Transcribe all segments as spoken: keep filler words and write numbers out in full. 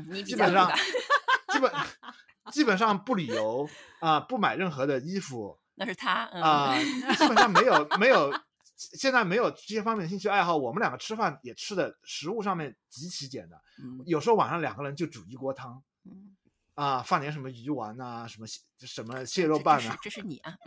你比基本上较勇敢基本基本上不旅游啊、呃，不买任何的衣服， 那是他啊、呃，基本上没有没有，现在没有这些方面的兴趣爱好。我们两个吃饭也吃的食物上面极其简单， 嗯有时候晚上两个人就煮一锅汤， 嗯啊，放点什么鱼丸呐、什么什么蟹这肉拌呐、 这是这是你啊。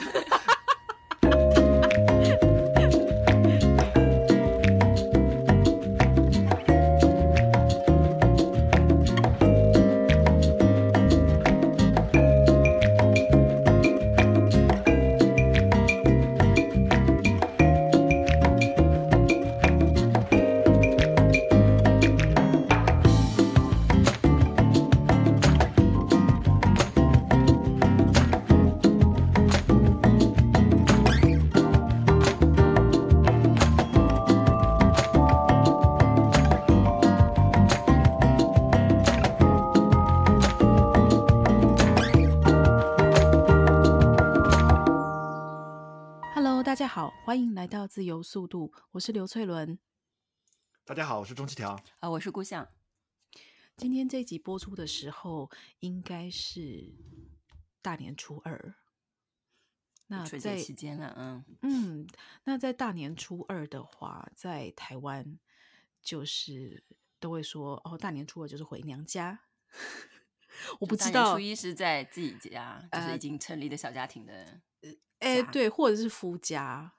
Hello， 大家好，欢迎来到自由速度，我是刘翠伦。 大家好，我是钟七条啊，我是顾相。 今天这集播出的时候，应该是大年初二。那春节在期间了，嗯嗯，那在大年初二的话，在台湾就是都会说哦，大年初二就是回娘家。我不知道， 大年初一是在自己家，就是已呃， 经成立的小家庭的哎， 家。 对，或者是夫家。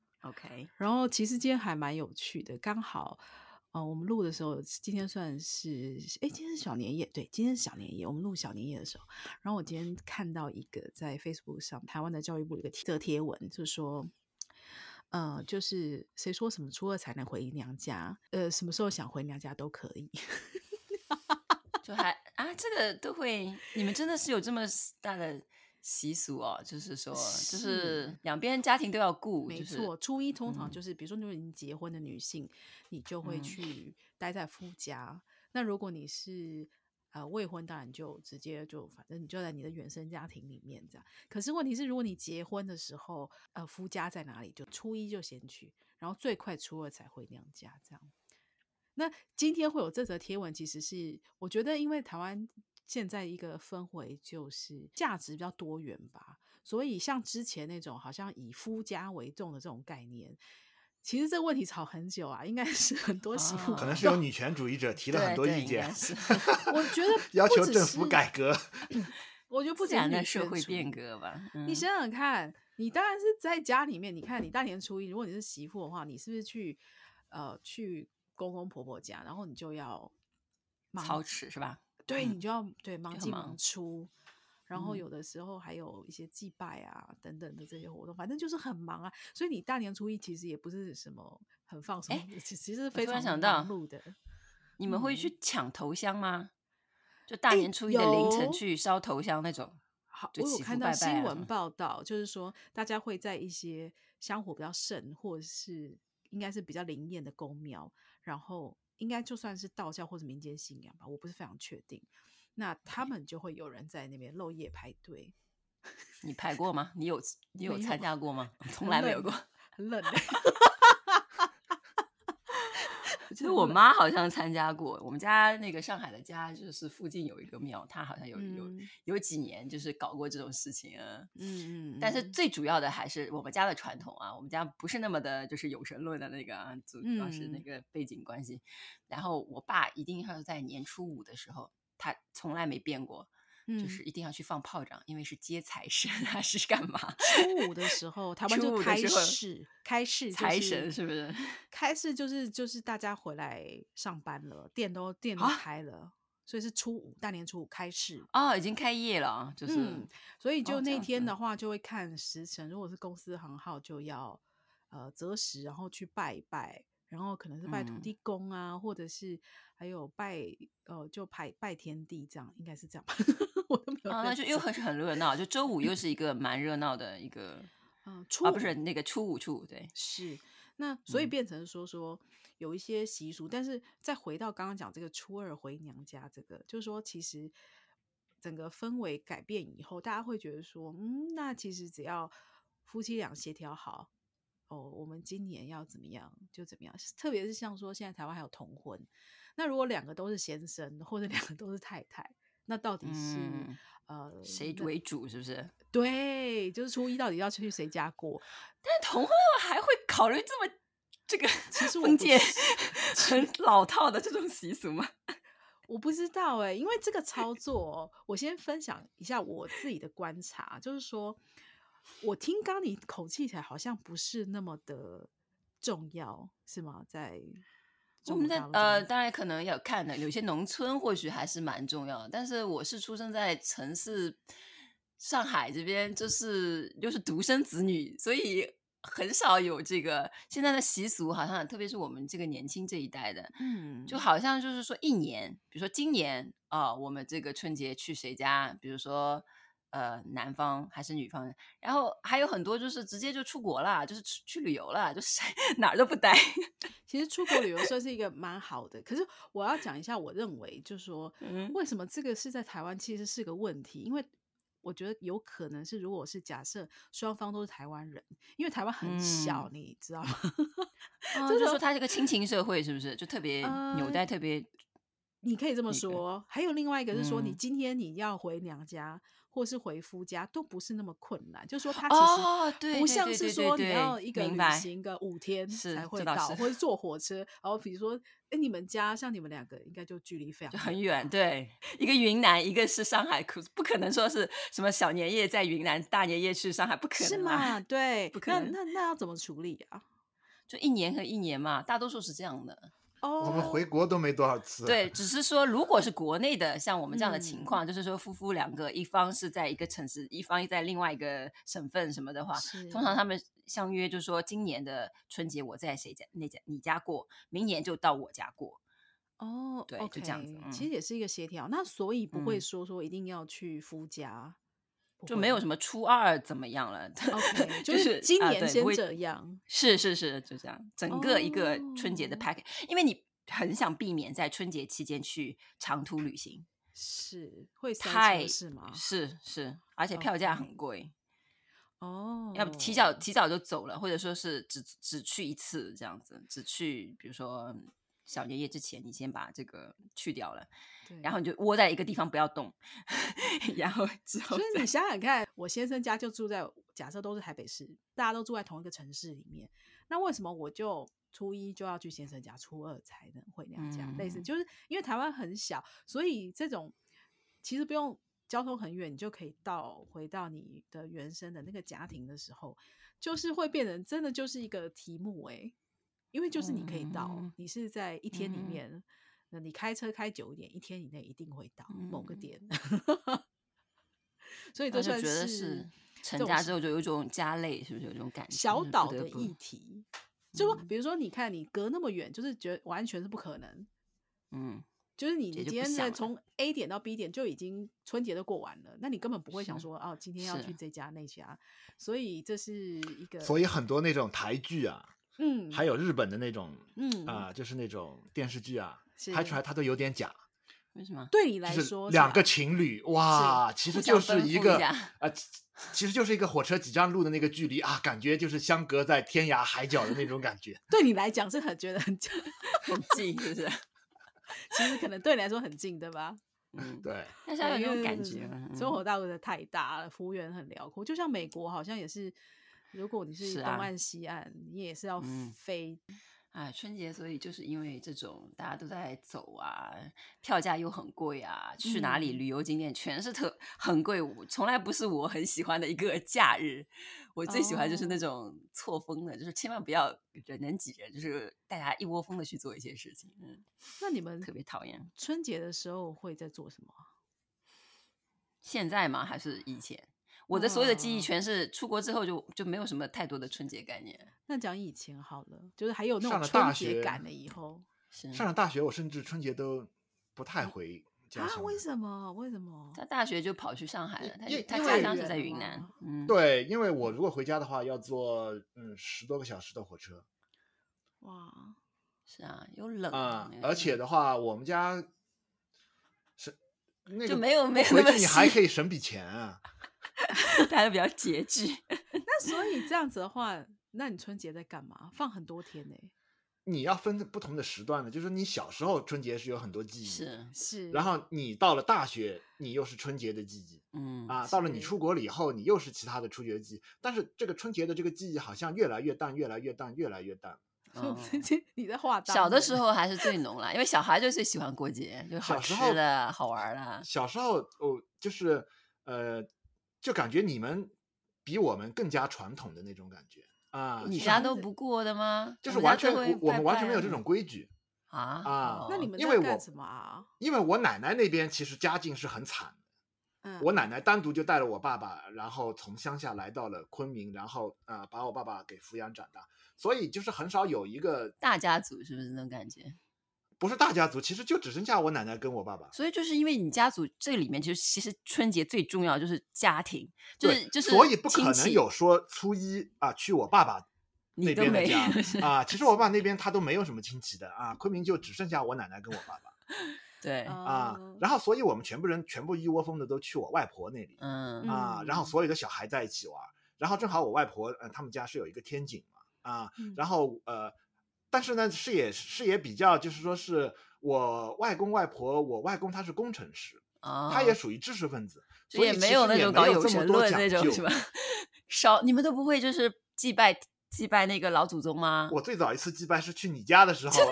OK， 然后其实今天还蛮有趣的，刚好，呃，我们录的时候，今天算是，哎，今天是小年夜，对，今天是小年夜，我们录小年夜的时候，然后我今天看到一个在 Facebook 上，台湾的教育部有一个贴贴文，就是说，呃，就是谁说什么初二才能回娘家，呃，什么时候想回娘家都可以。 就还啊，这个都会，你们真的是有这么大的习俗哦？就是说，就是两边家庭都要顾， 没就是错，初一通常嗯就是，比如说，如果你结婚的女性，你就会嗯去待在夫家。那如果你是呃未婚，当然就直接就反正你就在你的原生家庭里面这样。可是问题是，如果你结婚的时候，呃，夫家在哪里，就初一就先去，然后最快初二才回娘家这样。那今天会有这则贴文，其实是我觉得，因为台湾现在一个氛围就是价值比较多元吧，所以像之前那种好像以夫家为重的这种概念，其实这个问题吵很久啊，应该是很多媳妇哦可能是都有女权主义者提了很对对， 多意见应该，是我觉得要求不只政府是改革。 我觉得不自然的只是女社会变权主义。 革吧。嗯你想想看，你当然是在家里面，你看你大年初一，如果你是媳妇的话，你是不是去呃去公公婆婆家，然后你就要忙， 操持是吧？ 对， 嗯， 你就要对忙进忙就很忙。 出，然后嗯， 有的时候还有一些祭拜啊等等的这些活动，反正就是很忙啊。所以你大年初一其实也不是什么很放松哎， 的，其其实是我突然非常想到， 忙碌的。 你们会嗯， 去抢头香吗？就大哎， 年初一的凌晨有。 去烧头香那种， 好， 就我有祈福拜看到新拜啊什么。 闻报道，就是说大家会在一些香火比较盛，或者是应该是比较灵验的宫庙，然后应该就算是道教或者民间信仰吧，我不是非常确定。那他 OK， 们就会有人在那边漏夜排队。 你排过吗？你有你有没有， 参加过吗？从很冷， 来没有过。 很冷的。 我记得我妈好像参加过，我们家那个上海的家就是附近有一个庙，她好像有有嗯有几年就是搞过这种事情啊。 嗯嗯但是嗯最主要的还是我们家的传统啊，我们家不是那么的就是有神论的那个啊，主主要是那嗯， 个背景关系。然后我爸一定要在年初五的时候，他从来没变过，就嗯是一定要去放炮仗，因为是接财神还是干嘛？ 初五的时候，台湾就开初五的时候， 市，开市就财是神是不是？ 开市就是就是大家回来上班了，店都店都啊， 开了，所以是初五，大年初五开市。 哦，已经开业了啊，就是嗯，所以就哦这那样子。 天的话，就会看时辰。如果是公司行号，就要呃择时，然后去拜一拜，然后可能是拜土嗯， 地公啊，或者是还有拜呃就拜拜天地，这样应该是这样吧。我都没有啊，那认真。 就又很很热闹，就周五又是一个蛮热闹的一个嗯、 啊， 初五不是那个初五，初五对。 是，那所以嗯变成说说有一些习俗，但是再回到刚刚讲这个初二回娘家，这个就是说，其实整个氛围改变以后，大家会觉得说，嗯，那其实只要夫妻俩协调好，哦，我们今年要怎么样就怎么样。特别是像说现在台湾还有同婚， 那如果两个都是先生，或者两个都是太太，那到底是、 嗯呃谁那为主是不是？ 对，就是初一到底要去谁家过？ 但是同婚的话还会考虑这么这个其实我封建不是很老套的这种习俗吗？ 我不知道哎、因为这个操作哦，我先分享一下我自己的观察，就是说，我听刚你口气起来好像不是那么的重要，是吗？在我们中国大陆这在呃， 边， 当然可能要看的，有些农村或许还是蛮重要的，但是我是出生在城市上海这边，就是又是独生子女，所以很少有这个现在的习俗，好像特别是我们这个年轻这一代的， 嗯， 就好像就是说一年，比如说今年啊、我们这个春节去谁家，比如说呃男方还是女方，然后还有很多就是直接就出国了，就是去去旅游了，就是哪儿都不待。 其实出国旅游算是一个蛮好的，可是我要讲一下，我认为就是说， 嗯为什么这个是在台湾其实是个问题，因为我觉得有可能是，如果是假设双方都是台湾人，因为台湾很小， 嗯你知道吗？ 哦，就说他是个亲情社会，是不是？就特别纽呃带，特别你可以这么那个说，还有另外一个是说，你嗯今天你要回娘家或是回夫家，都不是那么困难。就是说，它其哦， 实不对对对像是说你对对对要一个旅明白行个五天是才会到， 这倒是或者坐火车。然后比如说，哎，你们家像你们两个应该就距离非常就很远，对，一个云南，一个是上海，可不可能说是什么小年夜在云南，大年夜去上海，不可是能啊， 吗？对，那不可能， 那那要怎么处理啊？ 就一年和一年嘛，大多数是这样的。 我们回哦， 国都没多少次。 对，只是说，如果是国内的，像我们这样的情嗯况，就是说夫妇两个，一方是在一个城市，一方在另外一个省份什么的话， 是通常他们相约就是说，今年的春节我在谁家那家你家过，明年就到我家过。 哦对 ，OK， 就这样子嗯其实也是一个协调。那所以不会嗯说说一定要去夫家，不会就没有什么初二怎么样了。 OK， 就就是今啊年先对不会这样。 是是是，就这样，整个一个春节的哦 package，、因为你很想避免在春节期间去长途旅行， 是会塞太车是吗？ 是是，而且票价 OK 很贵。 哦， 要不提早提早就走了，或者说是只只去一次这样子，只去比如说小年夜之前，你先把这个去掉了， 对， 然后你就窝在一个地方不要动，然后之后再所以你想想看，我先生家就住在假设都是台北市，大家都住在同一个城市里面，那为什么我就初一就要去先生家，初二才能回娘家？类似嗯就是因为台湾很小，所以这种其实不用交通很远，你就可以到回到你的原生的那个家庭的时候，就是会变成真的就是一个题目哎、因为就是你可以到， 嗯你是在一天里嗯面，那你开车开久一点，一天以内一定会到某个嗯点。所以那就这算觉得是是成这种家之后就有一种家累，是不是有一种感觉？ 小就是不得不岛的议题。就说， 嗯比如说，你看你隔那么远，就是觉得完全是不可能。 嗯， 就是你， 也你今天就不想了在从 A 点到 B 点就已经春节都过完了，那你根本不会想是说哦，今天要是去这家那家。所以这是一个， 所以很多那种台剧啊， 嗯， 还有日本的那种嗯啊、就是那种电视剧啊， 是拍出来它都有点假， 为什么？ 对你来就是说两个吧情侣哇，其实就互相是一个奔赴一下啊、其其实就是一个火车几站路的那个距离啊，感觉就是相隔在天涯海角的那种感觉。 对你来讲是很觉得很近， 很近，是不是？ 其实可能对你来说很近，对吧？ 嗯， 对， 但是要有那种感因觉为。 嗯生活大陆的太大了，幅员很辽阔，就像美国好像也是，如果你是是啊东岸西岸，你也是要嗯飞。 哎，春节所以就是因为这种大家都在走啊，票价又很贵啊，去哪里嗯旅游景点全是特很贵，我从来不是我很喜欢的一个假日。我最喜欢就是那哦种错峰的，就是千万不要人人挤人，就是大家一窝蜂的去做一些事情，嗯， 那你们特别讨厌。 春节的时候会在做什么啊？ 现在吗？还是以前？我的所有的记忆哦全是出国之后就就没有什么太多的春节概念。 那讲以前好了，就是还有那种上了大春节学感了以后是上了大学，我甚至春节都不太回家啊？ 乡。 为什么？为什么？ 他大学就跑去上海了，他因他因为家乡是在远嘛云南，嗯， 对，因为我如果回家的话，要坐嗯十多个小时的火车哇， 是啊，又冷啊、 那个而且的话，我们家是那个就没有没有回那么去你还细可以省笔钱啊。 大家都比较拮据。 那所以这样子的话，那你春节在干嘛？放很多天呢、 你要分不同的时段的，就是你小时候春节是有很多记忆， 是是， 然后你到了大学，你又是春节的记忆。 嗯啊，到了你是出国了以后，你又是其他的春节记忆，但是这个春节的这个记忆好像越来越淡，越来越淡，越来越淡。 嗯， 你在画当小的人时候还是最浓了，因为小孩就最喜欢过节，就好吃小时候的好玩的。 小时候哦，就是呃，就感觉你们比我们更加传统的那种感觉啊。 你是家都不过的吗？ 就是我们家完全我我都会拜拜啊们完全没有这种规矩啊啊， 那你哦们在干因为我什么啊？ 因为我奶奶那边其实家境是很惨的。 嗯， 我奶奶单独就带了我爸爸，然后从乡下来到了昆明，然后啊、呃把我爸爸给抚养长大，所以就是很少有一个大家族是不是那种感觉？ 不是大家族，其实就只剩下我奶奶跟我爸爸。 所以就是因为你家族这里面，就是其实春节最重要就是家庭，就是对， 就是所以不可能亲戚有说初一啊去我爸爸那你都没边的家有啊。其实我爸那边他都没有什么亲戚的啊，昆明就只剩下我奶奶跟我爸爸对， 啊。 嗯然后所以我们全部人全部一窝蜂的都去我外婆那里嗯啊，然后所有的小孩在一起玩。然后正好我外婆呃他们家是有一个天井嘛啊， 嗯然后呃，但是呢是也是也比较就是说是我外公外婆，我外公他是工程师， 啊， 他也属于知识分子， 就所以其实也没有那也种搞有没有这么神论多讲究那种是吧？烧你们都不会就是祭拜祭拜那个老祖宗吗？ 我最早一次祭拜是去你家的时候，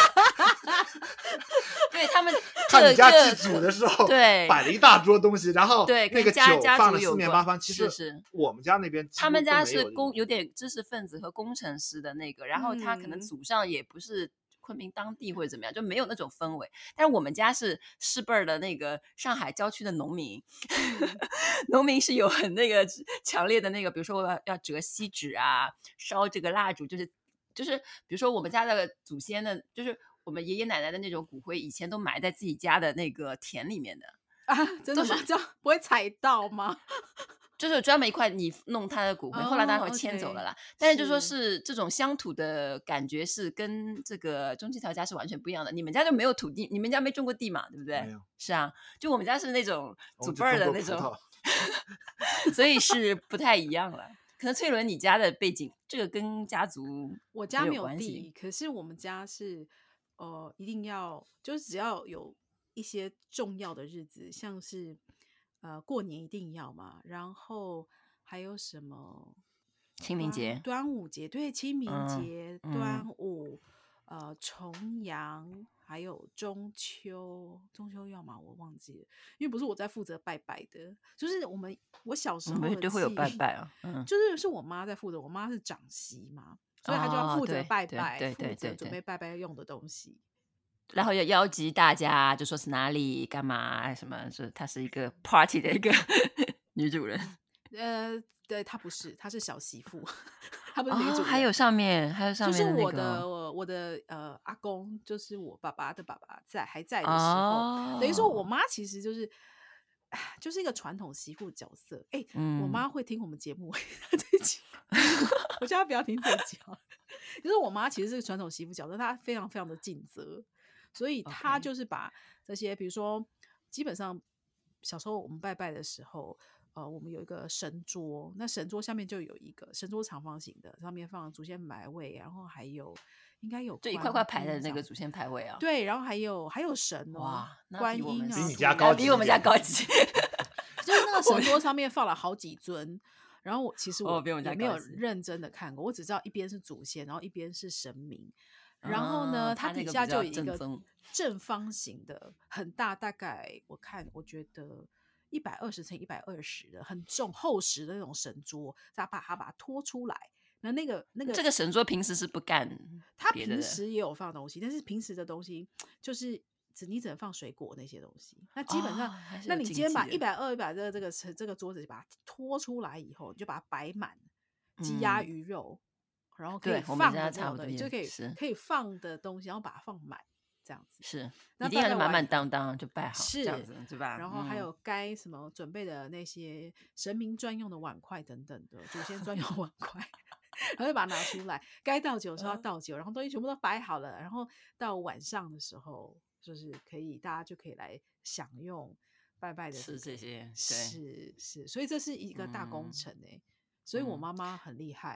对他们看你家这这祭祖的时候， 对摆了一大桌东西，然后对跟那个酒家家放了四族有关面八方。其实是是我们家那边几乎他们家都没有是工有这种点知识分子和工程师的那个，然后他可能嗯祖上也不是昆明当地或者怎么样，就没有那种氛围。但是我们家是是辈儿的那个上海郊区的农民，农民是有很那个强烈的那个，比如说我要要折锡纸啊，烧这个蜡烛，就是就是比如说我们家的祖先的，就是我们爷爷奶奶的那种骨灰，以前都埋在自己家的那个田里面的。 啊，真的吗？这样不会踩到吗？ 就是有专门一块你弄他的骨灰，后来当然哦会迁走了 ，OK， 啦。但是就说是是这种乡土的感觉是跟这个中七条家是完全不一样的。你们家就没有土地，你们家没种过地嘛，对不对？ 没有， 是啊，就我们家是那种祖我们只辈儿的那种过葡种， 萄。 所以是不太一样了。可能翠伦你家的背景，这个跟家族我家没有没有关系地，可是我们家是呃，一定要就是只要有一些重要的日子，像是呃过年一定要嘛，然后还有什么端清明节， 端午节，对，清明嗯节、 嗯端午、呃重阳，还有中秋，中秋要吗？我忘记了，因为不是我在负责拜拜的，就是我们我小时我候的们就会有记忆拜拜啊，嗯， 就是是我妈在负责，我妈是长媳嘛，所以她就要哦负责对对拜拜， 对对负责对对准备拜拜用的东西。 然后要邀集大家，就说是哪里干嘛什么，是她是一个 party 的一个女主人。 呃，对，她不是，她是小媳妇，她不是女主哦， 人。 还有上面还有上就是面的那我的个我我的呃阿公，就是我爸爸的爸爸在还在的时候， 哦， 等于说我妈其实就是。唉就是一个传统媳妇角色，哎、 嗯我妈会听我们节目，这集我叫她不要听这集好了。就是我妈其实是个传统媳妇角色，她非常非常的尽责，所以她 OK 就是把这些，比如说，基本上小时候我们拜拜的时候，呃，我们有一个神桌，那神桌下面就有一个神桌长方形的，上面放祖先牌位，然后还有应该有就一块观块排的音长那个祖先牌位啊。 对，然后还有还有神哦， 哇那观比我们音啊， 比你什么的家高级比我们家一点高级。 就是那个神桌上面放了好几尊，然后我其实我哦比我们家也没有高级认真的看过，我只知道一边是祖先，然后一边是神明。然后呢， 啊它那底下个比较就有一个正宗正方形的，很大，大概我看我觉得一百二十乘一百二十的，很重厚实的那种神桌，再把它把它拖出来。那那个那个这个神桌平时是不干他别的的平时也有放东西，但是平时的东西就是只你只能放水果那些东西。那基本上， 哦还是那你有禁今天把一忌的百二、一百这个这个桌子把它拖出来以后，你就把它摆满鸡鸭嗯鱼肉，然后可以对我们放家差不多的那种东西，就可以也是可以放的东西，然后把它放满这样子。 是那一定要是满满拜拜完当当就拜好是这样子，对吧？ 然后还嗯有该什么准备的那些神明专用的碗筷等等的，祖先专用碗筷，然后就把它拿出来。该倒酒的时候要倒酒，然后东西全部都摆好了，然后到晚上的时候，就是可以大家就可以来享用拜拜的、这吃个、 这些，对， 是是，所以这是一个大工嗯程哎、所以我嗯妈妈很厉害，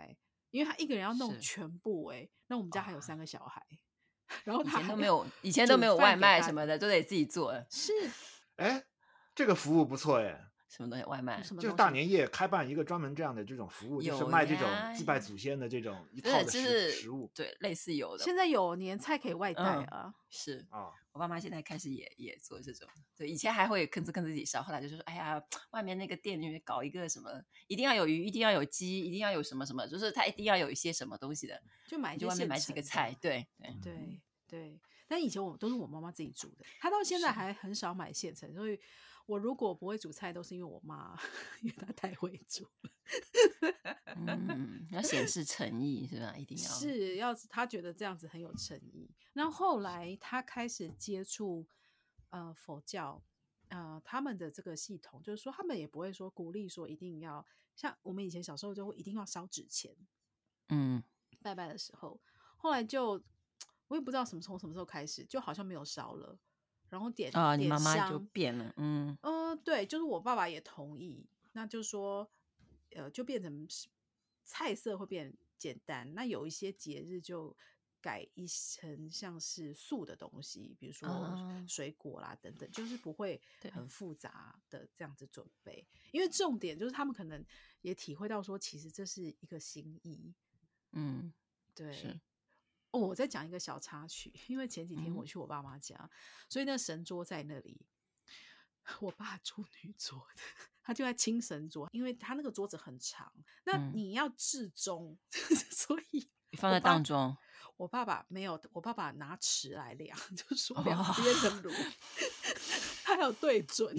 因为他一个人要弄是全部哎、欸，那我们家还有三个小孩，然后以他还要前都没有，以前都没有外煮饭给大家， 卖什么的，都得自己做。 是哎，这个服务不错哎， 什么东西外卖？ 什么就是东西？ 大年夜开办一个专门这样的这种服务，就是有卖这种呀， 祭拜祖先的这种一对， 套的食就是食物对，类似有的。 现在有年菜可以外带嗯， 啊， 是啊。 我爸妈现在开始也也做这种，对，以前还会吭哧吭哧自己烧，后来就是说，哎呀，外面那个店里面搞一个什么，一定要有鱼，一定要有鸡，一定要有什么什么，就是它一定要有一些什么东西的， 就买一些你就外面买几现成的。 个菜，对对， 对对，但以前我都是我妈妈自己煮的，她到现在是还很少买现成，所以我如果不会煮菜，都是因为我妈，因为她太会煮了。 嗯，要显示诚意是吧？一定要是要她觉得这样子很有诚意。那后来她开始接触呃佛教，呃他们的这个系统，就是说他们也不会说鼓励说一定要像我们以前小时候就会一定要烧纸钱， 嗯拜拜的时候，后来就我也不知道什么从什么时候开始，就好像没有烧了，然后点啊、你点妈妈就香， 变了，嗯嗯、对，就是我爸爸也同意，那就说，呃，就变成是菜色会变简单，那有一些节日就改一成像是素的东西，比如说啊， 水果啦等等，就是不会对， 很复杂的这样子准备，因为重点就是他们可能也体会到说，其实这是一个心意， 嗯对。 是， 哦，我再讲一个小插曲，因为前几天我嗯去我爸妈家，所以那神桌在那里，我爸处女座的，他就在清神桌，因为他那个桌子很长，那嗯， 你要至中，所以放在我爸当中， 我爸爸没有，我爸爸拿尺来量，就说哦两边的炉，他有对准，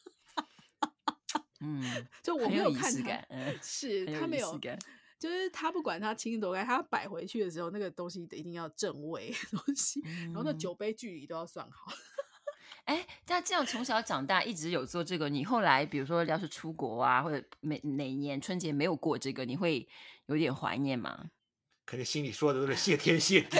嗯， 就我很有没有看他， 仪式感，嗯， 是很有他没有。 仪式感。 就是他不管他清多干，他摆回去的时候，那个东西一定要正位东西，然后那嗯， 酒杯距离都要算好。 哎，那这样从小长大一直有做这个，你后来比如说要是出国啊，或者每哪年春节没有过这个，你会有点怀念吗？ 肯定心里说的都是谢天谢地，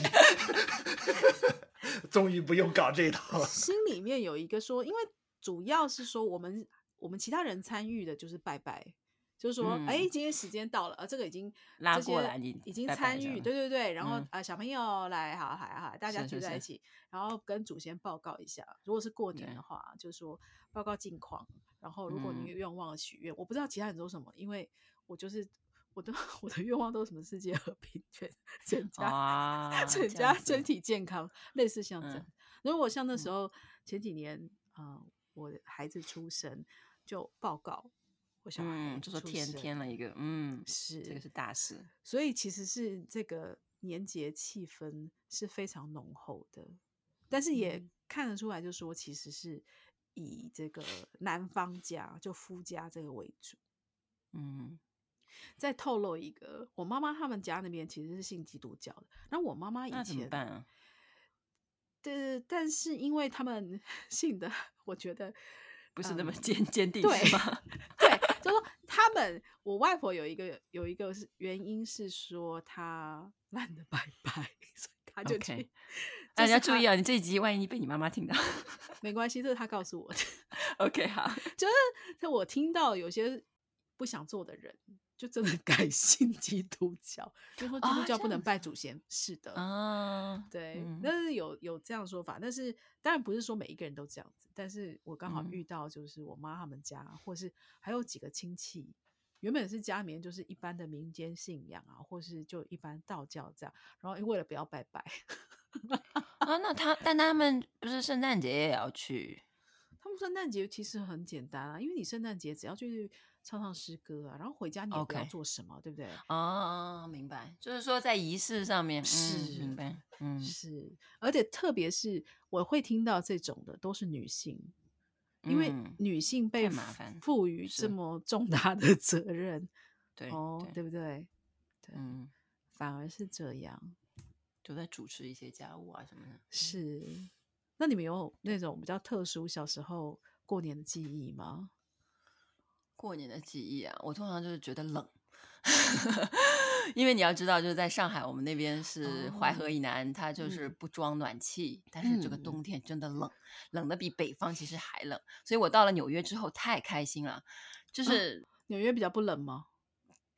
终于不用搞这一套了。 心里面有一个说，因为主要是说我们我们其他人参与的就是拜拜，就是说，哎、 嗯， 今天时间到了，啊，这个已经拉这些过来你已经拜拜这样， 参与，对对对，然后啊、 嗯， 呃小朋友来，好好好，大家是是是， 聚在一起，然后跟祖先报告一下，如果是过年对， 的话，就是说报告近况，然后如果你嗯， 有愿望许愿，我不知道其他人都什么，因为我就是。我的我的愿望都是什么世界和平，全全家、 啊， 全这样家身子， 体健康，类似像这样。 嗯如果像那时嗯候前几年，呃，我的孩子出生就报告我小嗯， 孩就说添出生， 添了一个，嗯，这个是， 是大事， 所以其实是这个年节气氛是非常浓厚的，但是也嗯看得出来，就说其实是以这个男方家就夫家这个为主。 嗯， 再透露一个，我妈妈他们家那边其实是信基督教的，然后我妈妈以那怎么前办啊？ 对，但是因为他们信的，我觉得， 不是那么嗯， 坚坚定对是吗？ 对，就说他们，我外婆有一个有一个是原因是说她懒得拜拜，所以她就去， OK， 这是她那你要注意啊，你这一集万一被你妈妈听到没关系，这是她告诉我的， ，OK，好， 就我听到有些不想做的人，就真的改信基督教，就说基督啊， 教不能这样子拜祖先，是的， 啊， 对， 嗯但是有有这样说法，但是当然不是说每一个人都这样子，但是我刚好嗯遇到就是我妈他们家，或是还有几个亲戚，原本是家里面就是一般的民间信仰啊，或是就一般道教这样，然后为了不要拜拜， 啊，那他但他们不是圣诞节也要去他们圣诞节其实很简单啊，因为你圣诞节只要去唱唱诗歌啊，然后回家你也不要 ？OK， 做什么，对不对？ 哦，明白，就是说在仪式上面，嗯， 是明白，嗯是，而且特别是我会听到这种的都是女性，因为嗯， 女性太被麻烦， 赋予这是， 么重大的责任， 对哦， 对， 对不对？对， 嗯， 反而是这样。 就在主持一些家务啊什么的，嗯是，那你们有那种比较特殊小时候过年的记忆吗？ 过年的记忆啊，我通常就是觉得冷，因为你要知道，就是在上海，我们那边是淮河哦， 以南，它就是嗯不装暖气，但是这个嗯， 冬天真的冷，冷的比北方其实还冷，所以我到了纽约之后太开心了，就啊， 是纽约比较不冷吗？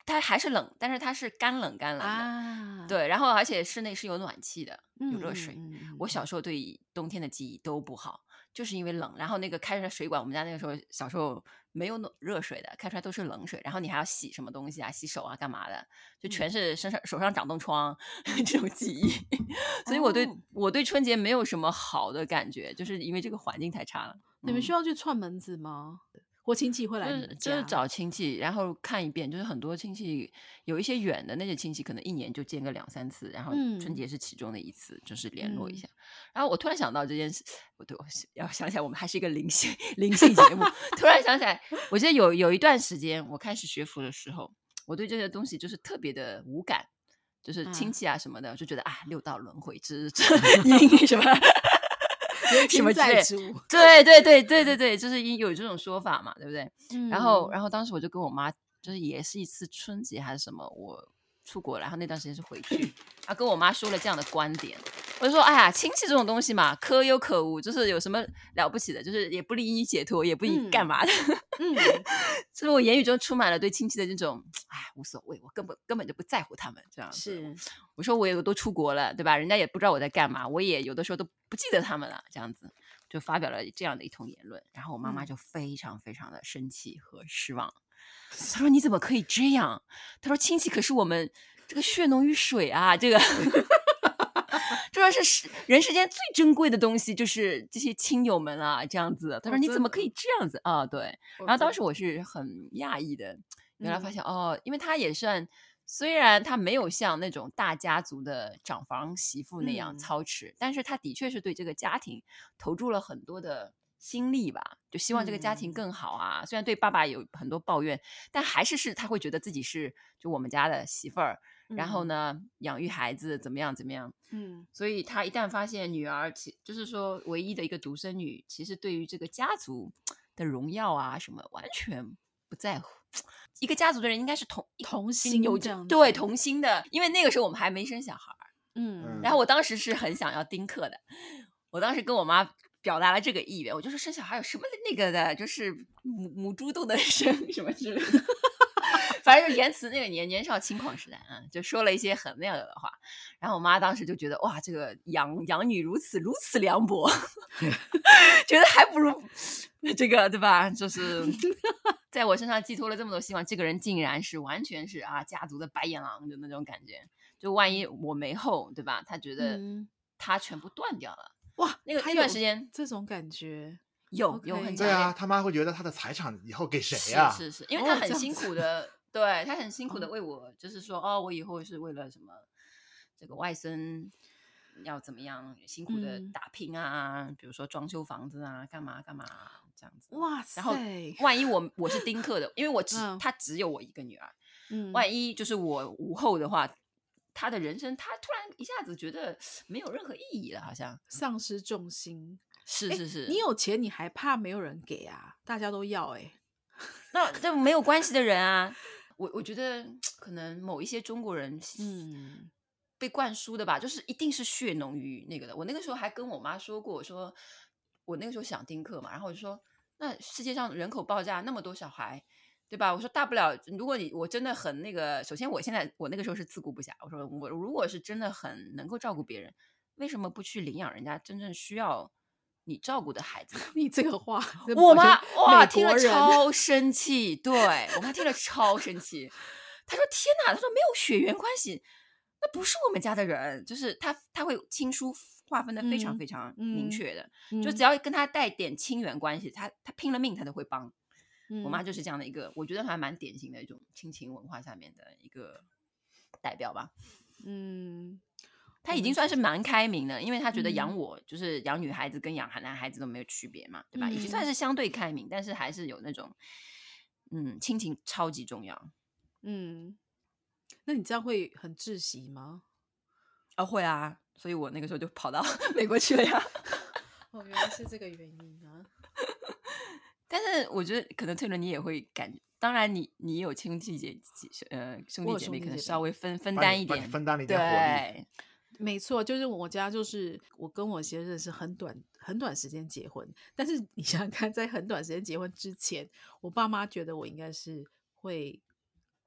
它还是冷，但是它是干冷干冷的。 啊， 对，然后而且室内是有暖气的， 嗯， 有热水。 嗯嗯嗯我小时候对冬天的记忆都不好，就是因为冷。然后那个开出来水管，我们家那个时候小时候没有暖热水的，开出来都是冷水。然后你还要洗什么东西啊，洗手啊，干嘛的，就全是身上手上长冻疮这种记忆。所以我对、 哦我对春节没有什么好的感觉，就是因为这个环境太差了。 你们需要去串门子吗？或亲戚会来就是你们家？ 就是找亲戚，然后看一遍，就是很多亲戚有一些远的那些亲戚，可能一年就见个两三次，然后嗯春节是其中的一次，就是联络一嗯下。然后我突然想到这件事，我对我要想起来，我们还是一个灵性灵性节目。突然想起来，我记得有有一段时间我开始学佛的时候，我对这些东西就是特别的无感，就是亲嗯戚啊什么的，就觉得啊六道轮回之之因什么。什么之类在主， 对对对对对对，就是因有这种说法嘛，对不对？然后， 嗯然后当时我就跟我妈，就是也是一次春节还是什么，我出国了，然后那段时间是回去，然后跟我妈说了这样的观点，我就说，哎呀，亲戚这种东西嘛，可有可无，就是有什么了不起的，就是也不利于你解脱，也不利于干嘛的。 嗯， 所以我言语中充满了对亲戚的这种，哎，无所谓，我根本根本就不在乎他们这样子。 是， 我说我也都出国了，对吧？人家也不知道我在干嘛，我也有的时候都不记得他们了，这样子就发表了这样的一通言论，然后我妈妈嗯就非常非常的生气和失望。她说：“你怎么可以这样？”她说：“亲戚可是我们这个血浓于水啊，这个。”这说是人世间最珍贵的东西，就是这些亲友们啊，这样子。他说：“你怎么可以这样子啊？”对。然后当时我是很讶异的，原来发现、嗯、哦，因为他也算，虽然他没有像那种大家族的长房媳妇那样操持，嗯、但是他的确是对这个家庭投注了很多的心力吧，就希望这个家庭更好啊。嗯、虽然对爸爸有很多抱怨，但还是是他会觉得自己是就我们家的媳妇儿。然后呢，养育孩子怎么样怎么样？嗯，所以他一旦发现女儿，其就是说唯一的一个独生女，其实对于这个家族的荣耀啊什么，完全不在乎。一个家族的人应该是同同心有这样子， 对同心的，因为那个时候我们还没生小孩。 嗯， 然后我当时是很想要丁克的，我当时跟我妈表达了这个意愿，我就说生小孩有什么那个的，就是母母猪都能生什么之类的。反正就言辞那个年年少轻狂时代啊，就说了一些很那样的话，然后我妈当时就觉得哇，这个养养女如此如此凉薄，觉得还不如这个对吧？就是在我身上寄托了这么多希望，这个人竟然是完全是啊家族的白眼狼的那种感觉，就万一我没后对吧？他觉得他全部断掉了， 嗯、哇， 那个那段时间这种感觉。 有有很对啊，他妈会觉得他的财产以后给谁呀、啊？ 是是是，因为他很辛苦的，哦、对他很辛苦的为我，就是说哦，我以后是为了什么，这个外孙要怎么样辛苦的打拼啊，嗯、比如说装修房子啊，干嘛干嘛这样子。 哇塞！ 然后万一我我是丁克的，因为我只、嗯、他只有我一个女儿，嗯，万一就是我无后的话。他的人生，他突然一下子觉得没有任何意义了，好像丧失重心。 是是是， 你有钱你还怕没有人给啊？大家都要哎、欸， 那这没有关系的人啊，我我觉得可能某一些中国人， 嗯， 被灌输的吧，就是一定是血浓于那个的。我那个时候还跟我妈说过，我说我那个时候想丁克嘛，然后我就说，那世界上人口爆炸那么多小孩。对吧？我说大不了，如果你我真的很那个，首先我现在我那个时候是自顾不暇。我说我如果是真的很能够照顾别人，为什么不去领养人家真正需要你照顾的孩子？ 你这个话， 我妈哇听了超生气，对我妈听了超生气。她说：“天哪！”她说没有血缘关系，那不是我们家的人，就是她她会亲疏划分的非常非常明确的，嗯嗯、就只要跟她带点亲缘关系，她她拼了命她都会帮。我妈就是这样的一个，我觉得还蛮典型的一种亲情文化下面的一个代表吧。嗯，她已经算是蛮开明的，因为她觉得养我、嗯、就是养女孩子跟养男孩子都没有区别嘛，对吧？嗯、已经算是相对开明，但是还是有那种，嗯，亲情超级重要。 嗯，那你这样会很窒息吗？ 啊、哦，会啊，所以我那个时候就跑到美国去了呀。 哦，原来是这个原因啊。 但是我觉得可能翠伦你也会感觉，当然你你有亲戚姐姐呃兄弟姐妹，可能稍微分分担一点， 分担了一点火力。 没错，就是我家就是我跟我先生是很短很短时间结婚，但是你想想看，在很短时间结婚之前，我爸妈觉得我应该是会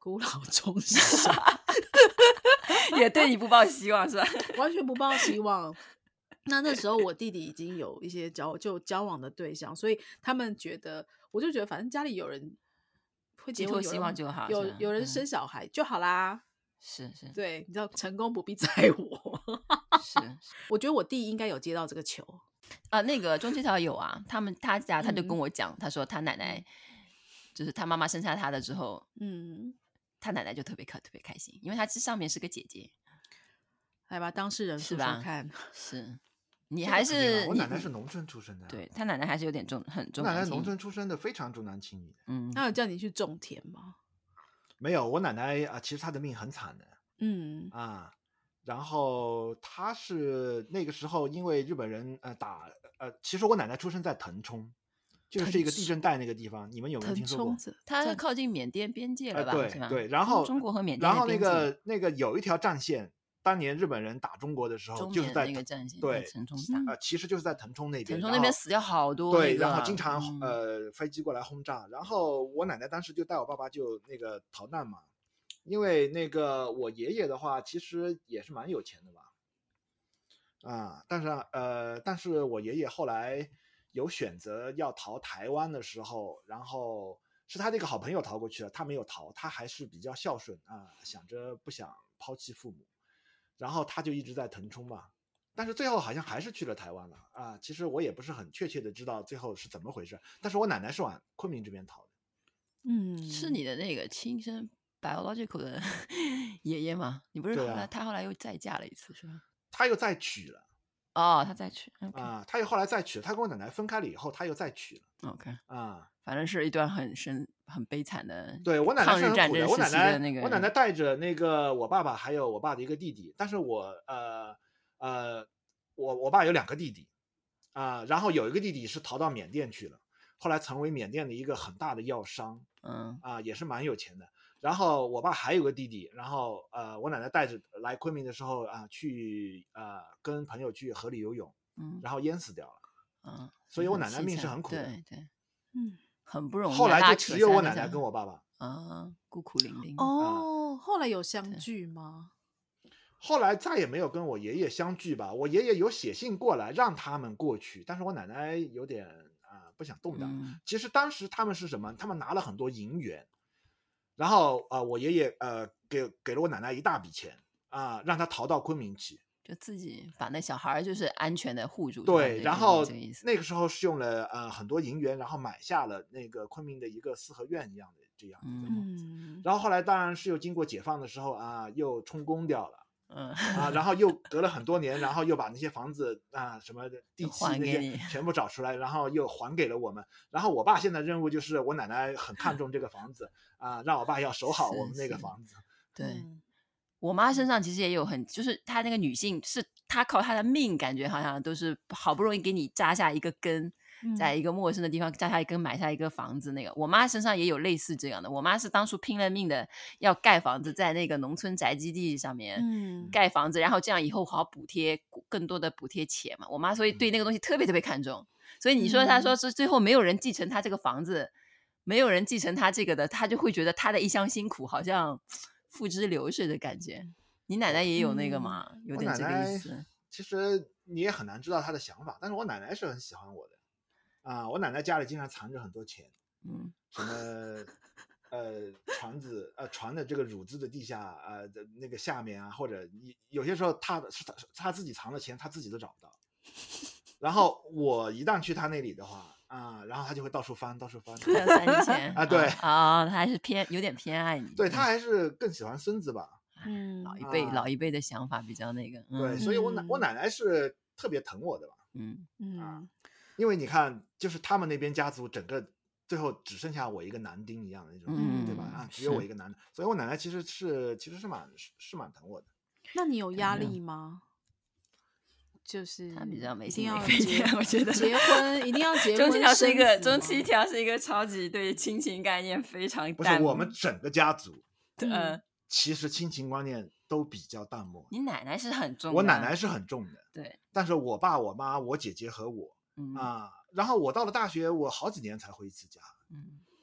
孤老终生， 也对你不抱希望是吧？ 完全不抱希望。那那时候我弟弟已经有一些交就交往的对象，所以他们觉得，我就觉得反正家里有人会结婚， 寄托希望就好有是吧有人嗯生小孩就好啦。 是是对，你知道成功不必在我。 是我觉得我弟应该有接到这个球。 啊，那个中七条有啊，他们他家他就嗯跟我讲，他说他奶奶就是他妈妈生下他的之后， 嗯， 他奶奶就特别开特别开心，因为他这上面是个姐姐， 来吧，当事人说是吧说看。 是你这个还肯定啊我是你奶奶是农村出生的啊， 对他奶奶还是有点重很我重男轻女奶奶农村出生的，非常重男轻女的。 嗯那有叫你去种田吗？ 没有，我奶奶啊，其实她的命很惨的嗯啊。然后她是那个时候因为日本人呃打呃，其实我奶奶出生在腾冲，就是一个地震带那个地方，你们有没有腾听说过冲？子， 他在靠近缅甸边界了呃， 吧？是吧？ 对对，然中后中国和缅甸然后那的边界个那个有一条战线，当年日本人打中国的时候， 中缅就是在腾那个战线对在腾冲嗯打， 呃，其实就是在腾冲那边， 腾冲然后那边死掉好多对， 那个然后经常、 嗯呃飞机过来轰炸，然后我奶奶当时就带我爸爸就那个逃难嘛，因为那个我爷爷的话其实也是蛮有钱的吧，啊，但是呃，但是我爷爷后来有选择要逃台湾的时候，然后是他这个好朋友逃过去了，他没有逃，他还是比较孝顺啊，想着不想抛弃父母，然后他就一直在腾冲嘛。但是最后好像还是去了台湾了啊！其实我也不是很确切的知道最后是怎么回事，但是我奶奶是往昆明这边逃的。 嗯是你的那个亲生 biological 的爷爷吗？你不是后来、 对啊他后来又再嫁了一次是吧？ 她又再娶了哦，他再娶 OK 啊，她又后来再娶了，她跟我奶奶分开了以后，她又再娶了 OK， 啊。 反正是一段很深很悲惨的对我奶奶抗日是很苦的， 战争时期我奶奶的那个我奶奶带着那个我爸爸还有我爸的一个弟弟，但是我呃呃我我爸有两个弟弟啊、然后有一个弟弟是逃到缅甸去了，后来成为缅甸的一个很大的药商嗯啊、也是蛮有钱的。然后我爸还有个弟弟，然后呃我奶奶带着来昆明的时候啊、去呃跟朋友去河里游泳， 嗯然后淹死掉了。 嗯， 所以我很凄奶奶命是惨很苦的对对， 嗯很不容易啊。 后来就大家扯只有我奶奶三个家跟我爸爸。 啊，孤苦伶仃。 哦，后来有相对聚吗？ 后来再也没有跟我爷爷相聚吧。我爷爷有写信过来让他们过去，但是我奶奶有点啊、呃不想动荡。 嗯其实当时他们是什么？他们拿了很多银元，然后呃我爷爷呃给给了我奶奶一大笔钱啊、让她逃到昆明去。 就自己把那小孩儿就是安全的护住。 对，然后这个意思。 那个时候是用了呃很多银元，然后买下了那个昆明的一个四合院一样的这样的一个房子。 嗯， 然后后来当然是又经过解放的时候啊，又充公掉了。 嗯啊，然后又隔了很多年，然后又把那些房子啊什么的地契那些还给你全部找出来，然后又还给了我们。然后我爸现在任务就是我奶奶很看重这个房子啊，让我爸要守好是我们那个是房子。 对。 嗯我妈身上其实也有很，就是她那个女性是她靠她的命，感觉好像都是好不容易给你扎下一个根， 嗯在一个陌生的地方扎下一根，买下一个房子。那个我妈身上也有类似这样的，我妈是当初拼了命的要盖房子，在那个农村宅基地上面嗯盖房子，然后这样以后好补贴更多的补贴钱嘛。我妈所以对那个东西特别特别看重，所以你说她说是最后没有人继承她这个房子，没有人继承她这个的，她就会觉得她的一厢辛苦好像付之流水的感觉。你奶奶也有那个吗？有点这个意思。 其实你也很难知道她的想法，但是我奶奶是很喜欢我的啊。我奶奶家里经常藏着很多钱， 嗯， 什么呃船子呃船的这个乳子的地下呃的那个下面啊，或者有些时候她是她她自己藏的钱，她自己都找不到。然后我一旦去她那里的话啊，然后她就会到处翻，到处翻， 要三你钱啊对啊，她还是偏有点偏爱你。 对她还是更喜欢孙子吧。 嗯老一辈、 啊老一辈的想法比较那个。嗯、 对，所以我奶嗯我奶奶是特别疼我的吧。 嗯嗯因为你看，就是他们那边家族整个最后只剩下我一个男丁一样的那种， 嗯对吧？啊，只有我一个男的，所以我奶奶其实是其实是蛮是是蛮疼我的。 那你有压力吗？就是他比较没一定要心没肺结， 我觉得结婚一定要结婚。 中七条是一个生子吗中七条是一个超级对亲情概念非常不是淡漠我们整个家族， 呃， 嗯其实亲情观念都比较淡漠。 你奶奶是很重的， 我奶奶是很重的， 对， 但是我爸、我妈、我姐姐和我嗯啊，然后我到了大学，我好几年才回一次家。 嗯，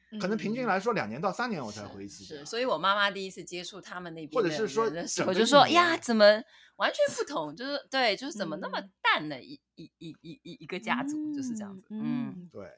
可能平均来说两年到三年我才回一次是， 家。 所以我妈妈第一次接触他们那边的或者是说人的时候， 整个就说一年呀，怎么完全不同？就是对，就是怎么那么嗯淡的一、一一一一一个家族，就是这样子。嗯， 嗯， 对，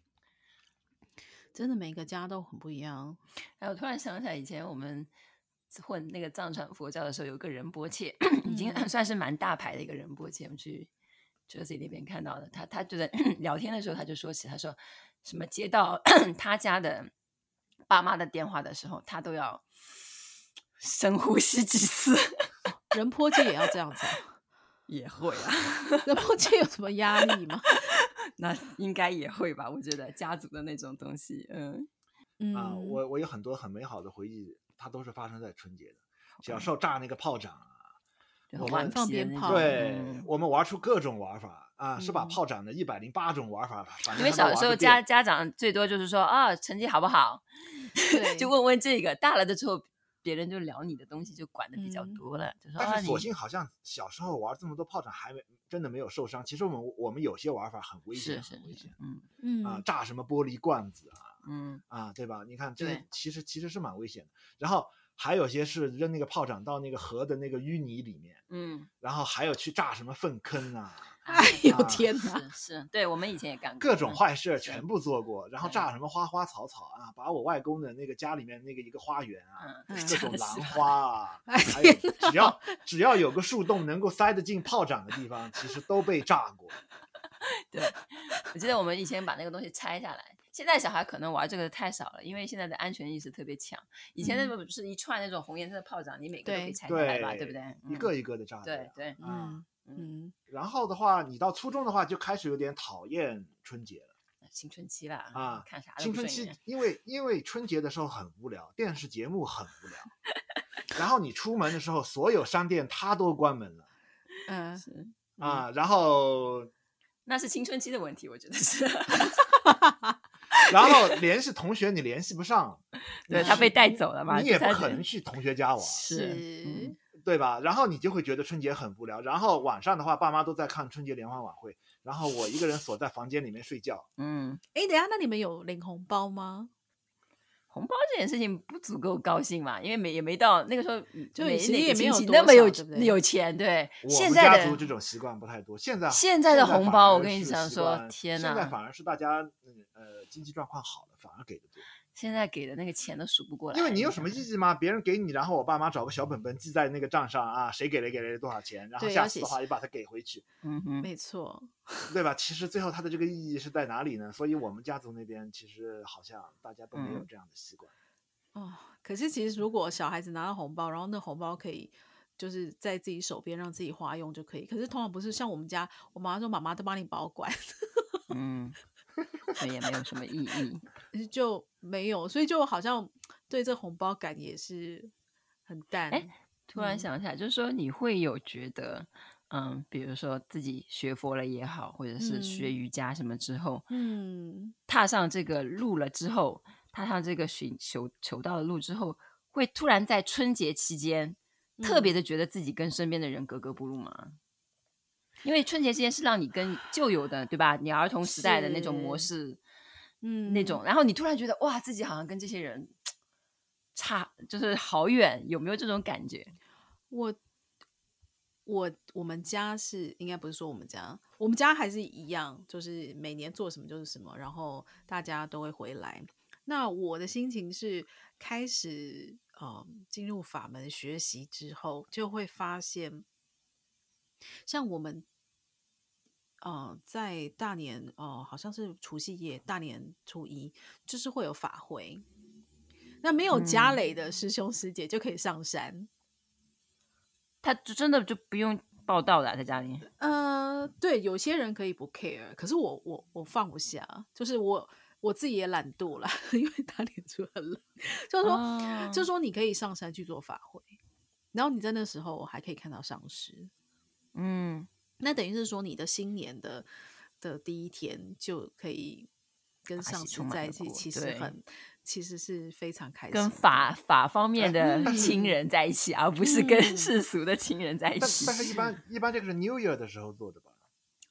真的每个家都很不一样。 哎，我突然想起来，以前我们混那个藏传佛教的时候，有个仁波切，已经嗯算是蛮大牌的一个仁波切，我们去 Jersey 那边看到的。他他就在聊天的时候，他就说起，他说什么接到他家的爸妈的电话的时候，他都要深呼吸几次。 仁波切也要这样子、啊， 也会啊， 仁波切有什么压力吗？ 那应该也会吧？我觉得家族的那种东西，嗯嗯啊，我我有很多很美好的回忆，它都是发生在春节的。小时候炸那个炮仗啊， 就我们很顽皮的放鞭炮那种。 对、 嗯我们玩出各种玩法啊，是把嗯炮仗的一百零八种玩法，反因为正他都小时候玩个遍家家长最多就是说啊，成绩好不好， 对就问问这个。大了的时候，别人就聊你的东西，就管的比较嗯多了，就说啊， 但是你所幸好像小时候玩这么多炮仗，还没真的没有受伤。其实我们我们有些玩法很危险， 是是是很危险， 嗯嗯啊，炸什么玻璃罐子啊嗯啊，对吧？你看这些对其实其实是蛮危险的。然后还有些是扔那个炮仗到那个河的那个淤泥里面， 嗯， 然后还有去炸什么粪坑啊， 哎呦啊天哪！ 是是，对我们以前也干过各种嗯坏事是全部做过。然后对炸什么花花草草啊，把我外公的那个家里面那个一个花园啊， 嗯， 嗯各种兰真的是花啊， 哎还有只要只要有个树洞能够塞得进炮仗的地方，其实都被炸过。 对，我记得我们以前把那个东西拆下来。现在小孩可能玩这个太少了，因为现在的安全意识特别强。以前那嗯个不是一串那种红颜色的炮仗，你每个都可以对拆下来吧， 对对不对？ 一嗯个一个的炸的呀。 对对， 啊， 嗯嗯， 嗯然后的话，你到初中的话就开始有点讨厌春节了青春期啦， 啊。 看啥都青春期不顺眼， 因为因为春节的时候很无聊，电视节目很无聊，然后你出门的时候，所有商店它都关门了嗯， 是嗯啊，然后那是青春期的问题，我觉得是。 然后联系同学你联系不上， 对你他被带走了嘛， 你也不他可能去同学家玩， 是嗯对吧？然后你就会觉得春节很无聊。然后晚上的话，爸妈都在看春节联欢晚会，然后我一个人锁在房间里面睡觉。 嗯， 哎，等一下，那你们有领红包吗？ 红包这件事情不足够高兴嘛，因为没也没到那个时候， 就没哪个其实也没有亲戚多那么有少对不对有钱，对。 我现在们家族的这种习惯不太多。现在现在的反红包， 而我跟你是讲说， 习惯天现在哪， 反而是大家嗯呃经济状况好了，反而给的多。 现在给的那个钱都数不过来。 因为你有什么想意义吗？别人给你，然后我爸妈找个小本本记在那个账上啊，谁给了给了多少钱，然后对要写下次的话也把它给回去， 嗯哼， 没错， 对吧？其实最后它的这个意义是在哪里呢？所以我们家族那边其实好像大家都没有嗯这样的习惯。 哦，可是其实如果小孩子拿到红包，然后那红包可以就是在自己手边让自己花用就可以。可是通常不是像我们家，我妈说妈妈都帮你保管， 嗯，所以也没有什么意义。 就没有，所以就好像对这红包感也是很淡。 哎突然嗯想起来，就是说你会有觉得，嗯，比如说自己学佛了也好，或者是学嗯瑜伽什么之后， 嗯， 踏上这个路了之后，踏上这个寻求求道的路之后，会突然在春节期间特别嗯的觉得自己跟身边的人格格不入吗？因为春节期间是让你跟旧有的，对吧？你儿童时代的那种模式， 嗯那种，然后你突然觉得哇，自己好像跟这些人差，就是好远，有没有这种感觉？ 我我我们家是应该不是说我们家，我们家还是一样，就是每年做什么就是什么，然后大家都会回来。那我的心情是开始呃进入法门学习之后，就会发现，像我们呃在大年哦、呃好像是除夕夜，大年初一就是会有法会。那没有家嗯累的师兄师姐就可以上山。 他就真的就不用报道了，在家里。 呃，对，有些人可以不 care，可是我我我放不下，就是我我自己也懒惰了，因为大年初很冷，就是说、 哦就是说你可以上山去做法会，然后你在那时候还可以看到上师， 嗯， 那等于是说你的新年的的第一天就可以跟法喜上师充满了在一起， 过其实对很其实是非常开心跟的， 法法方面的嗯亲人在一起，而不是跟嗯世俗的亲人在一但起。 但是一般一般这个是 New Year 的时候做的吧？